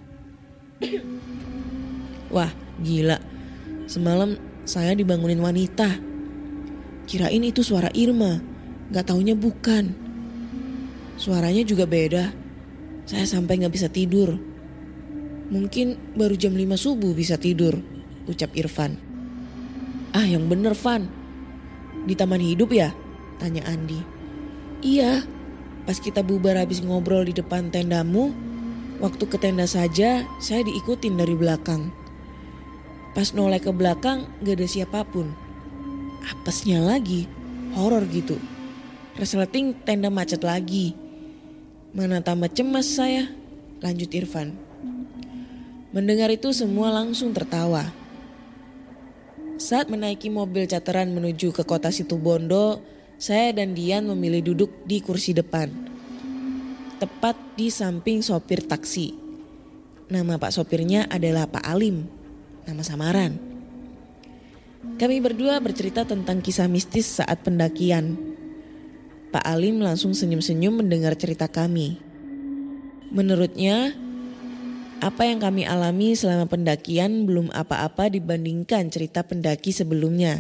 Wah, gila. Semalam saya dibangunin wanita. Kirain itu suara Irma, gak taunya bukan. Suaranya juga beda. Saya sampai gak bisa tidur. Mungkin baru jam lima subuh bisa tidur, ucap Irfan. Ah, yang bener Van. Di Taman Hidup ya? Tanya Andi. Iya, pas kita bubar habis ngobrol di depan tendamu, waktu ke tenda saja saya diikutin dari belakang. Pas noleh ke belakang gak ada siapapun. Apesnya lagi, horor gitu. Resleting tenda macet lagi. Mana tambah cemas saya, lanjut Irfan. Mendengar itu semua langsung tertawa. Saat menaiki mobil charteran menuju ke kota Situbondo, saya dan Dian memilih duduk di kursi depan. Tepat di samping sopir taksi. Nama Pak sopirnya adalah Pak Alim, nama samaran. Kami berdua bercerita tentang kisah mistis saat pendakian. Pak Alim langsung senyum-senyum mendengar cerita kami. Menurutnya, apa yang kami alami selama pendakian belum apa-apa dibandingkan cerita pendaki sebelumnya.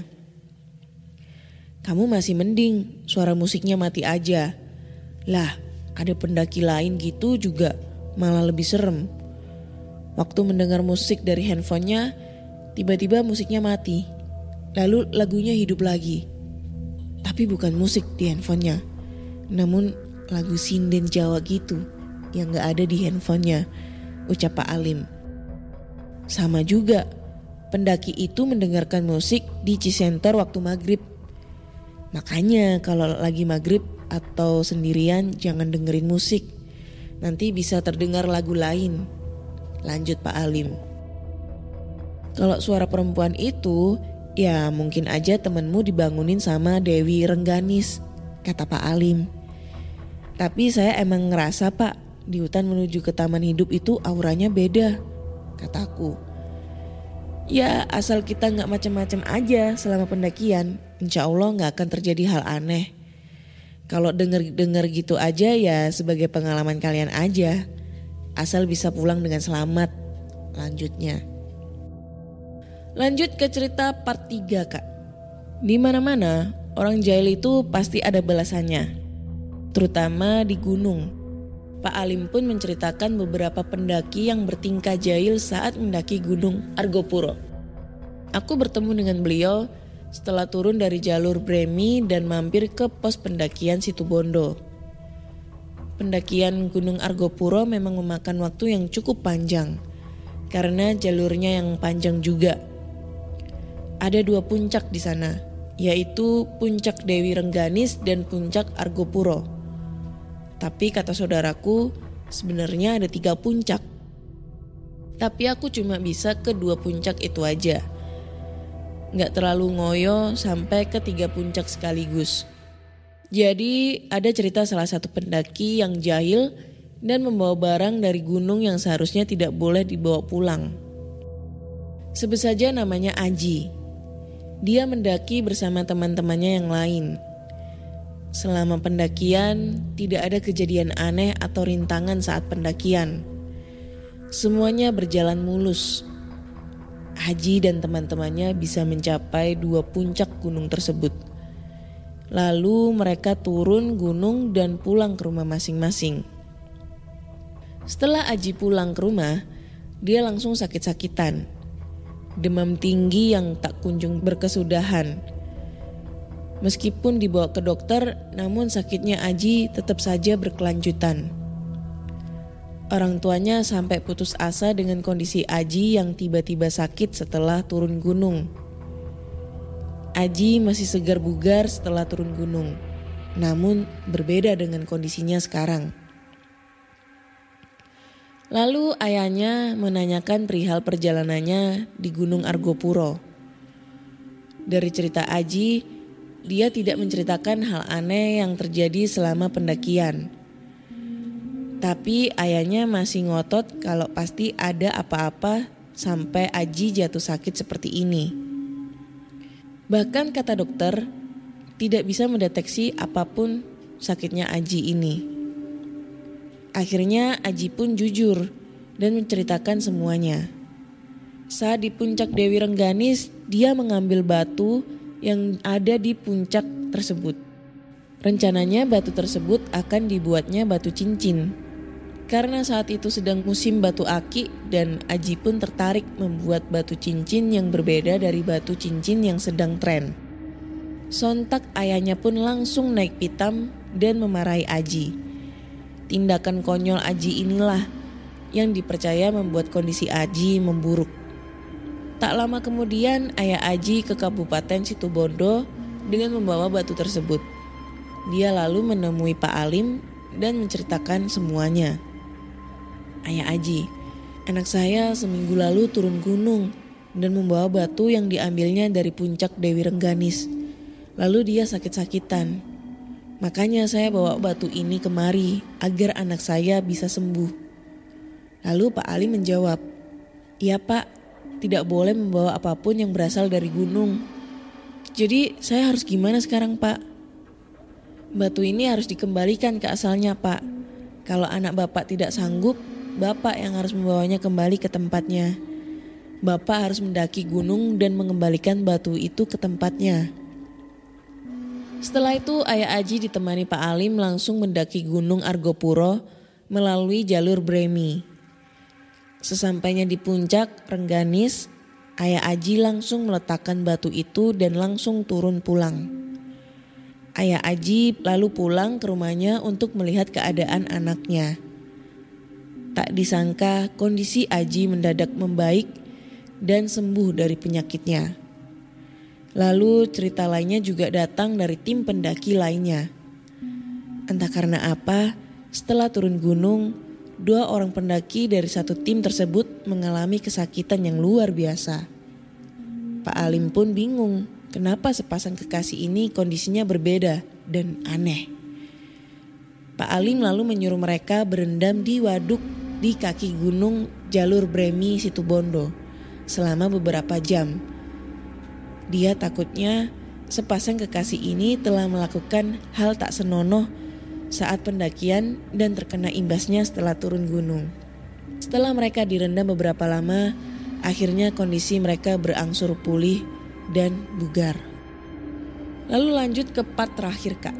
Kamu masih mending, suara musiknya mati aja. Lah, ada pendaki lain gitu juga malah lebih serem. Waktu mendengar musik dari handphonenya, tiba-tiba musiknya mati. Lalu lagunya hidup lagi. Tapi bukan musik di handphonenya, namun lagu sinden Jawa gitu yang gak ada di handphonenya, ucap Pak Alim. Sama juga, pendaki itu mendengarkan musik di Cisenter waktu maghrib. Makanya kalau lagi maghrib atau sendirian jangan dengerin musik. Nanti bisa terdengar lagu lain, lanjut Pak Alim. Kalau suara perempuan itu, ya mungkin aja temenmu dibangunin sama Dewi Rengganis, kata Pak Alim. Tapi saya emang ngerasa Pak, di hutan menuju ke Taman Hidup itu auranya beda, kataku. Ya asal kita gak macem-macem aja selama pendakian, insya Allah gak akan terjadi hal aneh. Kalau denger-denger gitu aja ya sebagai pengalaman kalian aja, asal bisa pulang dengan selamat, lanjutnya. Lanjut ke cerita part tiga Kak. Di mana-mana orang jahil itu pasti ada balasannya, terutama di gunung. Pak Alim pun menceritakan beberapa pendaki yang bertingkah jahil saat mendaki Gunung Argopuro. Aku bertemu dengan beliau setelah turun dari jalur Bremi dan mampir ke pos pendakian Situbondo. Pendakian Gunung Argopuro memang memakan waktu yang cukup panjang karena jalurnya yang panjang juga. Ada dua puncak di sana, yaitu Puncak Dewi Rengganis dan Puncak Argopuro. Tapi kata saudaraku, sebenarnya ada tiga puncak. Tapi aku cuma bisa ke dua puncak itu aja. Gak terlalu ngoyo sampai ke tiga puncak sekaligus. Jadi ada cerita salah satu pendaki yang jahil dan membawa barang dari gunung yang seharusnya tidak boleh dibawa pulang. Sebut saja namanya Aji. Dia mendaki bersama teman-temannya yang lain. Selama pendakian tidak ada kejadian aneh atau rintangan saat pendakian. Semuanya berjalan mulus. Haji dan teman-temannya bisa mencapai dua puncak gunung tersebut. Lalu mereka turun gunung dan pulang ke rumah masing-masing. Setelah Aji pulang ke rumah, dia langsung sakit-sakitan. Demam tinggi yang tak kunjung berkesudahan. Meskipun dibawa ke dokter, namun sakitnya Aji tetap saja berkelanjutan. Orang tuanya sampai putus asa dengan kondisi Aji yang tiba-tiba sakit setelah turun gunung. Aji masih segar bugar setelah turun gunung, namun berbeda dengan kondisinya sekarang. Lalu ayahnya menanyakan perihal perjalanannya di Gunung Argopuro. Dari cerita Aji, dia tidak menceritakan hal aneh yang terjadi selama pendakian. Tapi ayahnya masih ngotot kalau pasti ada apa-apa sampai Aji jatuh sakit seperti ini. Bahkan kata dokter, tidak bisa mendeteksi apapun sakitnya Aji ini. Akhirnya Aji pun jujur dan menceritakan semuanya. Saat di puncak Dewi Rengganis, dia mengambil batu yang ada di puncak tersebut. Rencananya batu tersebut akan dibuatnya batu cincin. Karena saat itu sedang musim batu aki dan Aji pun tertarik membuat batu cincin yang berbeda dari batu cincin yang sedang tren. Sontak ayahnya pun langsung naik pitam dan memarahi Aji. Tindakan konyol Aji inilah yang dipercaya membuat kondisi Aji memburuk. Tak lama kemudian ayah Aji ke Kabupaten Situbondo dengan membawa batu tersebut. Dia lalu menemui Pak Alim dan menceritakan semuanya. Ayah Aji, anak saya seminggu lalu turun gunung dan membawa batu yang diambilnya dari puncak Dewi Rengganis. Lalu dia sakit-sakitan. Makanya saya bawa batu ini kemari agar anak saya bisa sembuh. Lalu Pak Ali menjawab, "Iya Pak, tidak boleh membawa apapun yang berasal dari gunung. Jadi saya harus gimana sekarang Pak? Batu ini harus dikembalikan ke asalnya Pak. Kalau anak Bapak tidak sanggup, Bapak yang harus membawanya kembali ke tempatnya. Bapak harus mendaki gunung dan mengembalikan batu itu ke tempatnya." Setelah itu ayah Aji ditemani Pak Alim langsung mendaki gunung Argopuro melalui jalur Bremi. Sesampainya di puncak Rengganis, ayah Aji langsung meletakkan batu itu dan langsung turun pulang. Ayah Aji lalu pulang ke rumahnya untuk melihat keadaan anaknya. Tak disangka kondisi Aji mendadak membaik dan sembuh dari penyakitnya. Lalu cerita lainnya juga datang dari tim pendaki lainnya. Entah karena apa, setelah turun gunung, dua orang pendaki dari satu tim tersebut mengalami kesakitan yang luar biasa. Pak Alim pun bingung kenapa sepasang kekasih ini kondisinya berbeda dan aneh. Pak Alim lalu menyuruh mereka berendam di waduk di kaki gunung jalur Bremi Situbondo selama beberapa jam. Dia takutnya sepasang kekasih ini telah melakukan hal tak senonoh saat pendakian dan terkena imbasnya setelah turun gunung. Setelah mereka direndam beberapa lama, akhirnya kondisi mereka berangsur pulih dan bugar. Lalu lanjut ke part terakhir Kak.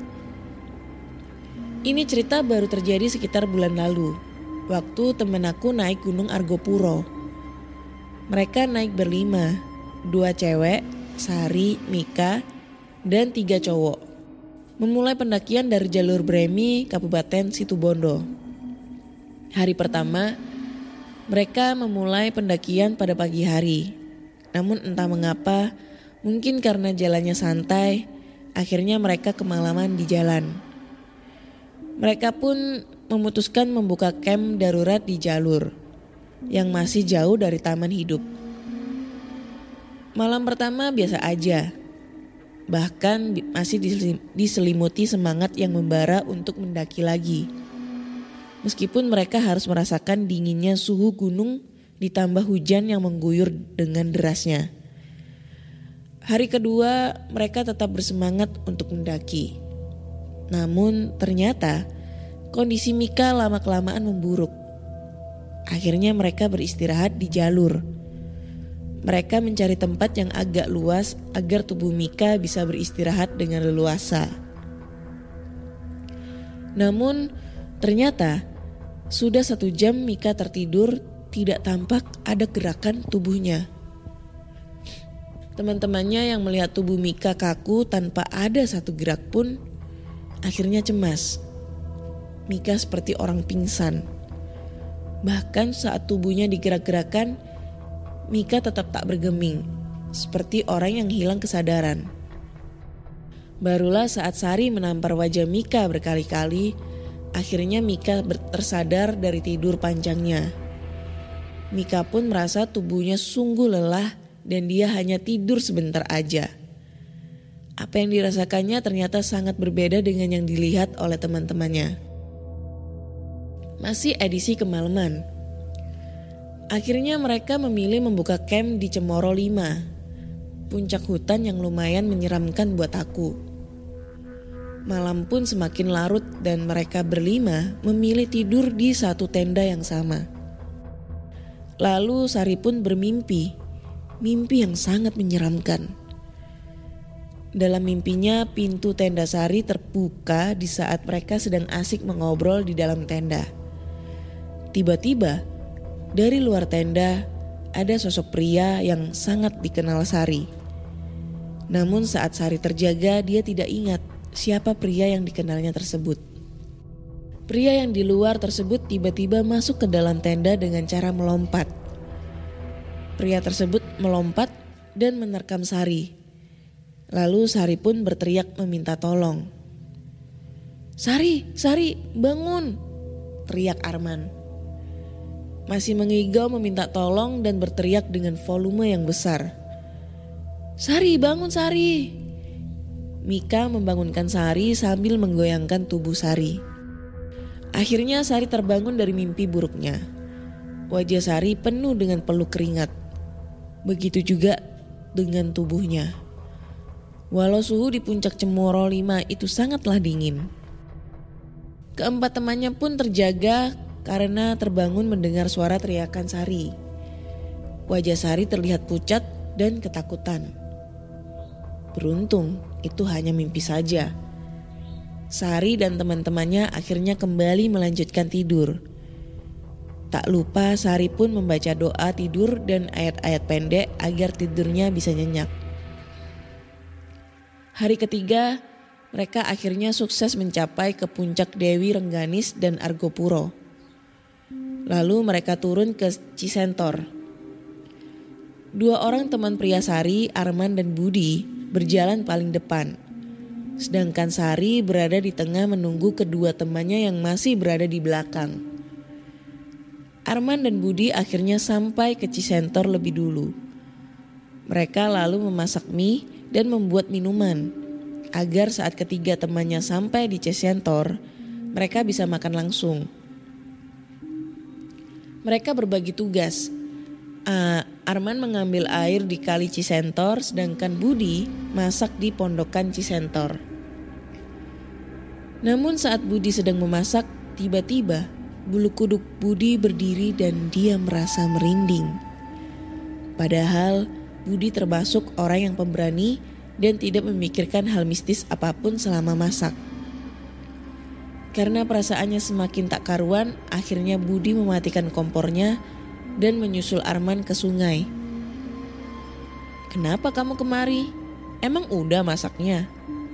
Ini cerita baru terjadi sekitar bulan lalu, waktu temen aku naik gunung Argopuro. Mereka naik berlima, dua cewek, Sari, Mika, dan tiga cowok. Memulai pendakian dari jalur Bremi, Kabupaten Situbondo. Hari pertama, mereka memulai pendakian pada pagi hari. Namun entah mengapa, mungkin karena jalannya santai, akhirnya mereka kemalaman di jalan. Mereka pun memutuskan membuka camp darurat di jalur yang masih jauh dari taman hidup. Malam pertama biasa aja, bahkan masih diselimuti semangat yang membara untuk mendaki lagi. Meskipun mereka harus merasakan dinginnya suhu gunung ditambah hujan yang mengguyur dengan derasnya. Hari kedua mereka tetap bersemangat untuk mendaki. Namun ternyata kondisi Mika lama-kelamaan memburuk. Akhirnya mereka beristirahat di jalur. Mereka mencari tempat yang agak luas agar tubuh Mika bisa beristirahat dengan leluasa. Namun ternyata sudah satu jam Mika tertidur, tidak tampak ada gerakan tubuhnya. Teman-temannya yang melihat tubuh Mika kaku tanpa ada satu gerak pun akhirnya cemas. Mika seperti orang pingsan. Bahkan saat tubuhnya digerak-gerakan, Mika tetap tak bergeming, seperti orang yang hilang kesadaran. Barulah saat Sari menampar wajah Mika berkali-kali, akhirnya Mika tersadar dari tidur panjangnya. Mika pun merasa tubuhnya sungguh lelah dan dia hanya tidur sebentar aja. Apa yang dirasakannya ternyata sangat berbeda dengan yang dilihat oleh teman-temannya. Masih edisi kemalaman. Akhirnya mereka memilih membuka camp di Cemoro lima, puncak hutan yang lumayan menyeramkan buat aku. Malam pun semakin larut dan mereka berlima memilih tidur di satu tenda yang sama. Lalu Sari pun bermimpi, mimpi yang sangat menyeramkan. Dalam mimpinya pintu tenda Sari terbuka di saat mereka sedang asik mengobrol di dalam tenda. Tiba-tiba dari luar tenda ada sosok pria yang sangat dikenal Sari. Namun saat Sari terjaga dia tidak ingat siapa pria yang dikenalnya tersebut. Pria yang di luar tersebut tiba-tiba masuk ke dalam tenda dengan cara melompat. Pria tersebut melompat dan menerkam Sari. Lalu Sari pun berteriak meminta tolong. "Sari, Sari, bangun!" teriak Arman. Masih mengigau meminta tolong dan berteriak dengan volume yang besar. "Sari, bangun Sari!" Mika membangunkan Sari sambil menggoyangkan tubuh Sari. Akhirnya Sari terbangun dari mimpi buruknya. Wajah Sari penuh dengan peluk keringat. Begitu juga dengan tubuhnya. Walau suhu di puncak Cemoro lima itu sangatlah dingin. Keempat temannya pun terjaga karena terbangun mendengar suara teriakan Sari. Wajah Sari terlihat pucat dan ketakutan. Beruntung itu hanya mimpi saja. Sari dan teman-temannya akhirnya kembali melanjutkan tidur. Tak lupa Sari pun membaca doa tidur dan ayat-ayat pendek agar tidurnya bisa nyenyak. Hari ketiga, mereka akhirnya sukses mencapai ke puncak Dewi Rengganis dan Argopuro. Lalu mereka turun ke Cisentor. Dua orang teman pria Sari, Arman dan Budi, berjalan paling depan. Sedangkan Sari berada di tengah menunggu kedua temannya yang masih berada di belakang. Arman dan Budi akhirnya sampai ke Cisentor lebih dulu. Mereka lalu memasak mie dan membuat minuman agar saat ketiga temannya sampai di Cisentor, mereka bisa makan langsung. Mereka berbagi tugas. Uh, Arman mengambil air di kali Cisentor, sedangkan Budi masak di pondokan Cisentor. Namun saat Budi sedang memasak, tiba-tiba bulu kuduk Budi berdiri dan dia merasa merinding. Padahal Budi termasuk orang yang pemberani dan tidak memikirkan hal mistis apapun selama masak. Karena perasaannya semakin tak karuan, akhirnya Budi mematikan kompornya dan menyusul Arman ke sungai. "Kenapa kamu kemari? Emang udah masaknya?"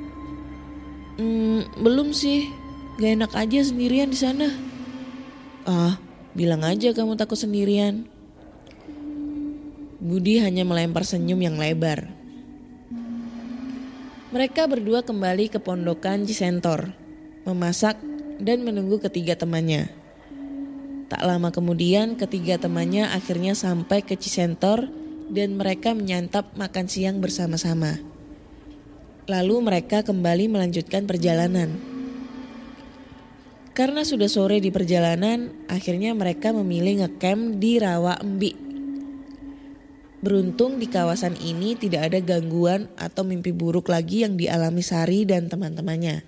Hmm, belum sih, gak enak aja sendirian di sana." "Ah, bilang aja kamu takut sendirian." Budi hanya melempar senyum yang lebar. Mereka berdua kembali ke pondokan Cisentor, memasak dan menunggu ketiga temannya. Tak lama kemudian ketiga temannya akhirnya sampai ke Cisentor dan mereka menyantap makan siang bersama-sama. Lalu mereka kembali melanjutkan perjalanan. Karena sudah sore di perjalanan, akhirnya mereka memilih ngecamp di Rawa Embi. Beruntung di kawasan ini tidak ada gangguan atau mimpi buruk lagi yang dialami Sari dan teman-temannya.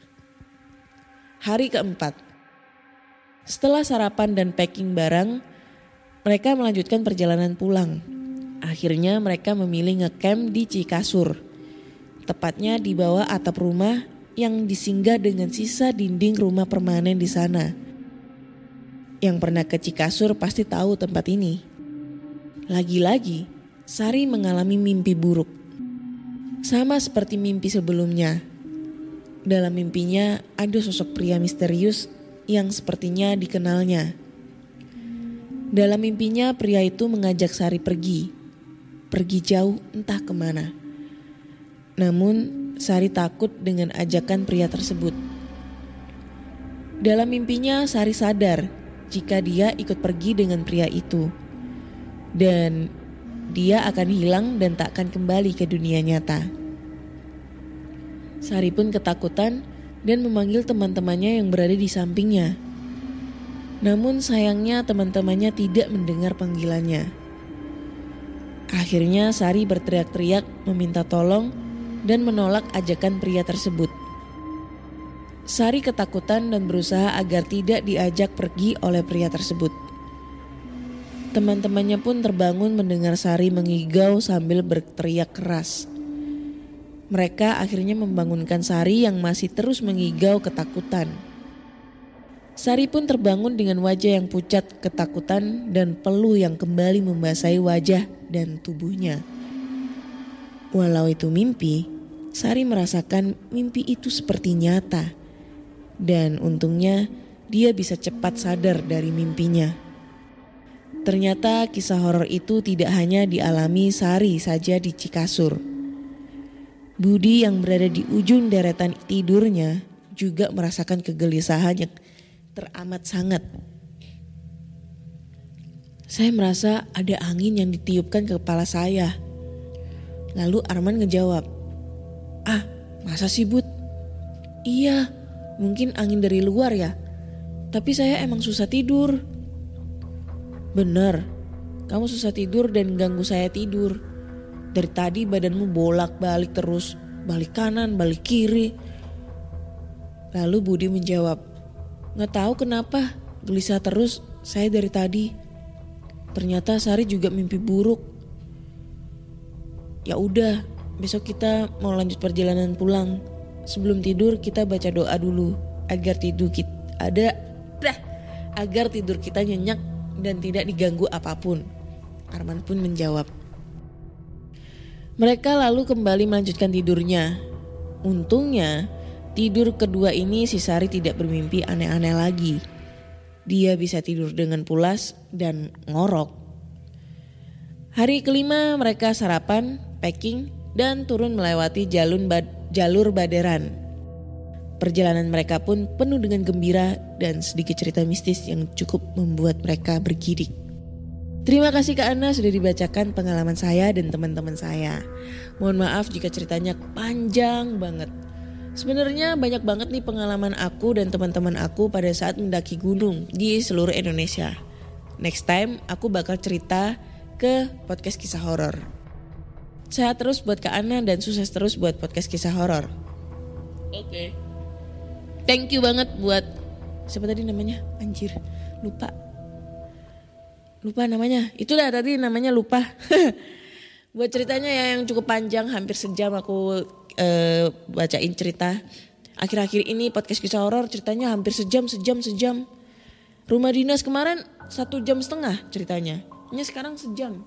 Hari keempat. Setelah sarapan dan packing barang, mereka melanjutkan perjalanan pulang. Akhirnya mereka memilih ngecamp di Cikasur, tepatnya di bawah atap rumah yang disinggah dengan sisa dinding rumah permanen di sana. Yang pernah ke Cikasur pasti tahu tempat ini. Lagi-lagi, Sari mengalami mimpi buruk. Sama seperti mimpi sebelumnya. Dalam mimpinya ada sosok pria misterius yang sepertinya dikenalnya. Dalam mimpinya pria itu mengajak Sari pergi. Pergi jauh entah kemana. Namun Sari takut dengan ajakan pria tersebut. Dalam mimpinya Sari sadar jika dia ikut pergi dengan pria itu. Dan dia akan hilang dan tak akan kembali ke dunia nyata. Sari pun ketakutan dan memanggil teman-temannya yang berada di sampingnya. Namun sayangnya teman-temannya tidak mendengar panggilannya. Akhirnya Sari berteriak-teriak meminta tolong dan menolak ajakan pria tersebut. Sari ketakutan dan berusaha agar tidak diajak pergi oleh pria tersebut. Teman-temannya pun terbangun mendengar Sari mengigau sambil berteriak keras. Mereka akhirnya membangunkan Sari yang masih terus mengigau ketakutan. Sari pun terbangun dengan wajah yang pucat ketakutan dan peluh yang kembali membasahi wajah dan tubuhnya. Walau itu mimpi, Sari merasakan mimpi itu seperti nyata. Dan untungnya dia bisa cepat sadar dari mimpinya. Ternyata kisah horor itu tidak hanya dialami Sari saja di Cikasur. Budi yang berada di ujung deretan tidurnya juga merasakan kegelisahan yang teramat sangat. Saya merasa ada angin yang ditiupkan ke kepala saya. Lalu Arman ngejawab, "Ah, masa sih Bud?" "Iya, mungkin angin dari luar ya. Tapi saya emang susah tidur." "Bener, kamu susah tidur dan ganggu saya tidur. Dari tadi badanmu bolak-balik terus, balik kanan, balik kiri." Lalu Budi menjawab, "Gak tahu kenapa, gelisah terus saya dari tadi. Ternyata Sari juga mimpi buruk. Ya udah, besok kita mau lanjut perjalanan pulang. Sebelum tidur kita baca doa dulu agar tidur kita ada, dah, agar tidur kita nyenyak dan tidak diganggu apapun." Arman pun menjawab. Mereka lalu kembali melanjutkan tidurnya. Untungnya tidur kedua ini si Sari tidak bermimpi aneh-aneh lagi. Dia bisa tidur dengan pulas dan ngorok. Hari kelima mereka sarapan, packing, dan turun melewati jalur, bad- jalur Baderan. Perjalanan mereka pun penuh dengan gembira dan sedikit cerita mistis yang cukup membuat mereka bergidik. Terima kasih Kak Ana sudah dibacakan pengalaman saya dan teman-teman saya. Mohon maaf jika ceritanya panjang banget. Sebenarnya banyak banget nih pengalaman aku dan teman-teman aku pada saat mendaki gunung di seluruh Indonesia. Next time aku bakal cerita ke podcast kisah horor. Sehat terus buat Kak Ana dan sukses terus buat podcast kisah horor. Oke. Okay. Thank you banget buat siapa tadi namanya? Anjir, lupa. Lupa namanya. Itulah tadi namanya lupa. Buat ceritanya ya yang cukup panjang, hampir sejam aku uh, bacain cerita. Akhir-akhir ini podcast kisah horor ceritanya hampir sejam, sejam, sejam. Rumah dinas kemarin satu jam setengah ceritanya. Ini sekarang sejam.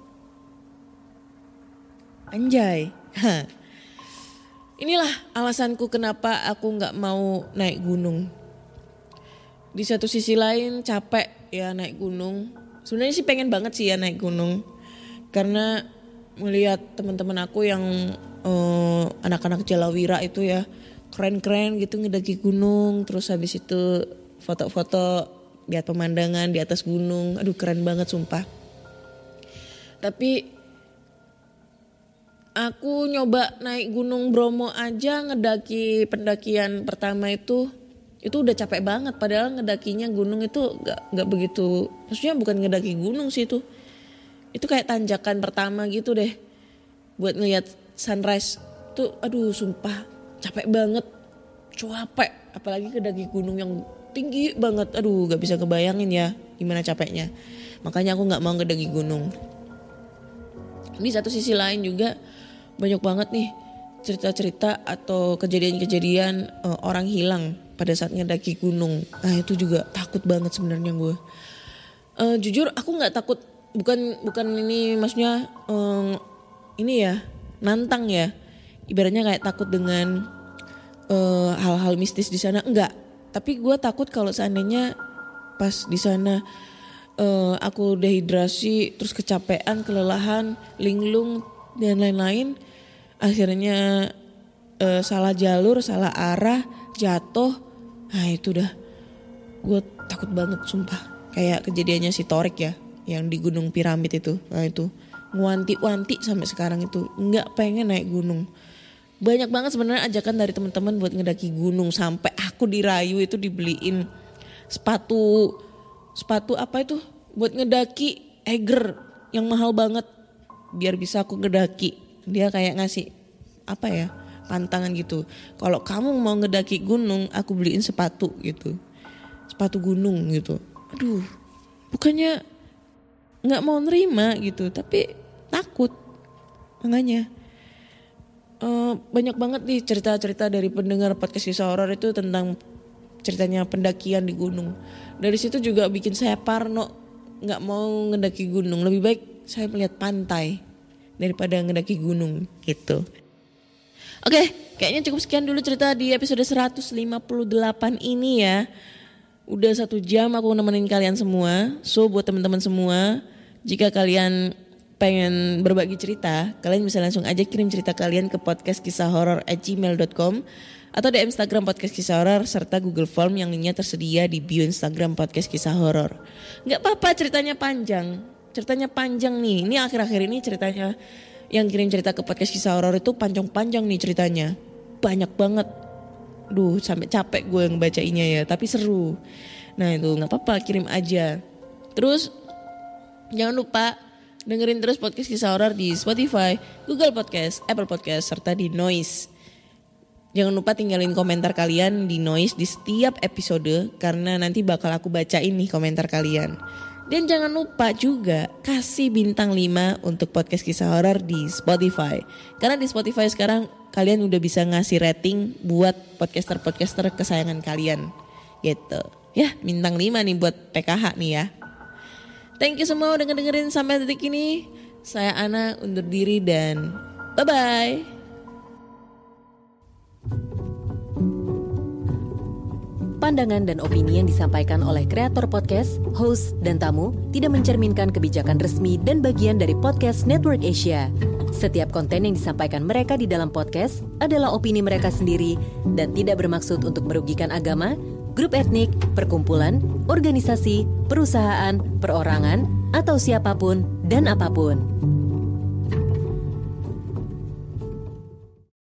Anjay. Inilah alasanku kenapa aku gak mau naik gunung. Di satu sisi lain capek ya naik gunung. Sebenarnya sih pengen banget sih ya naik gunung. Karena melihat teman-teman aku yang uh, anak-anak Jalawira itu ya keren-keren gitu ngedaki gunung. Terus habis itu foto-foto lihat pemandangan di atas gunung. Aduh keren banget sumpah. Tapi aku nyoba naik gunung Bromo aja ngedaki pendakian pertama itu. Itu udah capek banget padahal ngedakinya gunung itu gak, gak begitu. Maksudnya bukan ngedaki gunung sih itu. Itu kayak tanjakan pertama gitu deh. Buat ngeliat sunrise. Tuh aduh sumpah capek banget. Capek. Apalagi ngedaki gunung yang tinggi banget. Aduh gak bisa kebayangin ya gimana capeknya. Makanya aku gak mau ngedaki gunung. Di satu sisi lain juga banyak banget nih cerita-cerita atau kejadian-kejadian uh, orang hilang pada saat ngedaki gunung. Nah itu juga takut banget sebenarnya gue. Uh, jujur aku nggak takut, bukan bukan ini maksudnya um, ini ya nantang ya. Ibaratnya kayak takut dengan uh, hal-hal mistis di sana, enggak. Tapi gue takut kalau seandainya pas di sana uh, aku dehidrasi, terus kecapean, kelelahan, linglung dan lain-lain. Akhirnya uh, salah jalur, salah arah, jatuh. Nah itu udah gue takut banget sumpah. Kayak kejadiannya si Torik ya, yang di Gunung Piramid itu. Nah itu ngewanti-wanti sampai sekarang itu nggak pengen naik gunung. banyak banget sebenarnya ajakan dari teman-teman buat ngedaki gunung, sampai aku dirayu itu dibeliin sepatu sepatu apa itu buat ngedaki Eiger yang mahal banget biar bisa aku ngedaki. Dia kayak ngasih apa ya, pantangan gitu. Kalau kamu mau ngedaki gunung, aku beliin sepatu gitu. Sepatu gunung gitu. Aduh, bukannya nggak mau nerima gitu, tapi takut. Makanya Uh, banyak banget nih cerita-cerita dari pendengar podcast kisah horor itu tentang ceritanya pendakian di gunung. Dari situ juga bikin saya parno, nggak mau ngedaki gunung. Lebih baik saya melihat pantai daripada ngedaki gunung gitu. Oke, kayaknya cukup sekian dulu cerita di episode seratus lima puluh delapan ini ya. Udah satu jam aku nemenin kalian semua. So buat teman-teman semua, jika kalian pengen berbagi cerita, kalian bisa langsung aja kirim cerita kalian ke podcast kisah horor at gmail dot com atau di Instagram podcast kisah horor serta Google Form yang linknya tersedia di bio Instagram podcast kisah horor. Nggak apa-apa ceritanya panjang, ceritanya panjang nih. Ini akhir-akhir ini ceritanya yang kirim cerita ke podcast kisah horor itu panjang-panjang nih ceritanya, banyak banget. Duh, sampai capek gue ngebacainnya ya, tapi seru. Nah itu nggak apa-apa, kirim aja. Terus jangan lupa dengerin terus podcast kisah horor di Spotify, Google Podcast, Apple Podcast, serta di Noise. Jangan lupa tinggalin komentar kalian di Noise di setiap episode, karena nanti bakal aku bacain nih komentar kalian. Dan jangan lupa juga kasih bintang lima untuk podcast kisah horor di Spotify. Karena di Spotify sekarang kalian udah bisa ngasih rating buat podcaster-podcaster kesayangan kalian. Gitu. Ya, bintang lima nih buat P K H nih ya. Thank you semua udah ngedengerin sampai detik ini. Saya Ana undur diri dan bye-bye. Pandangan dan opini yang disampaikan oleh kreator podcast, host, dan tamu tidak mencerminkan kebijakan resmi dan bagian dari podcast Network Asia. Setiap konten yang disampaikan mereka di dalam podcast adalah opini mereka sendiri dan tidak bermaksud untuk merugikan agama, grup etnik, perkumpulan, organisasi, perusahaan, perorangan, atau siapapun dan apapun.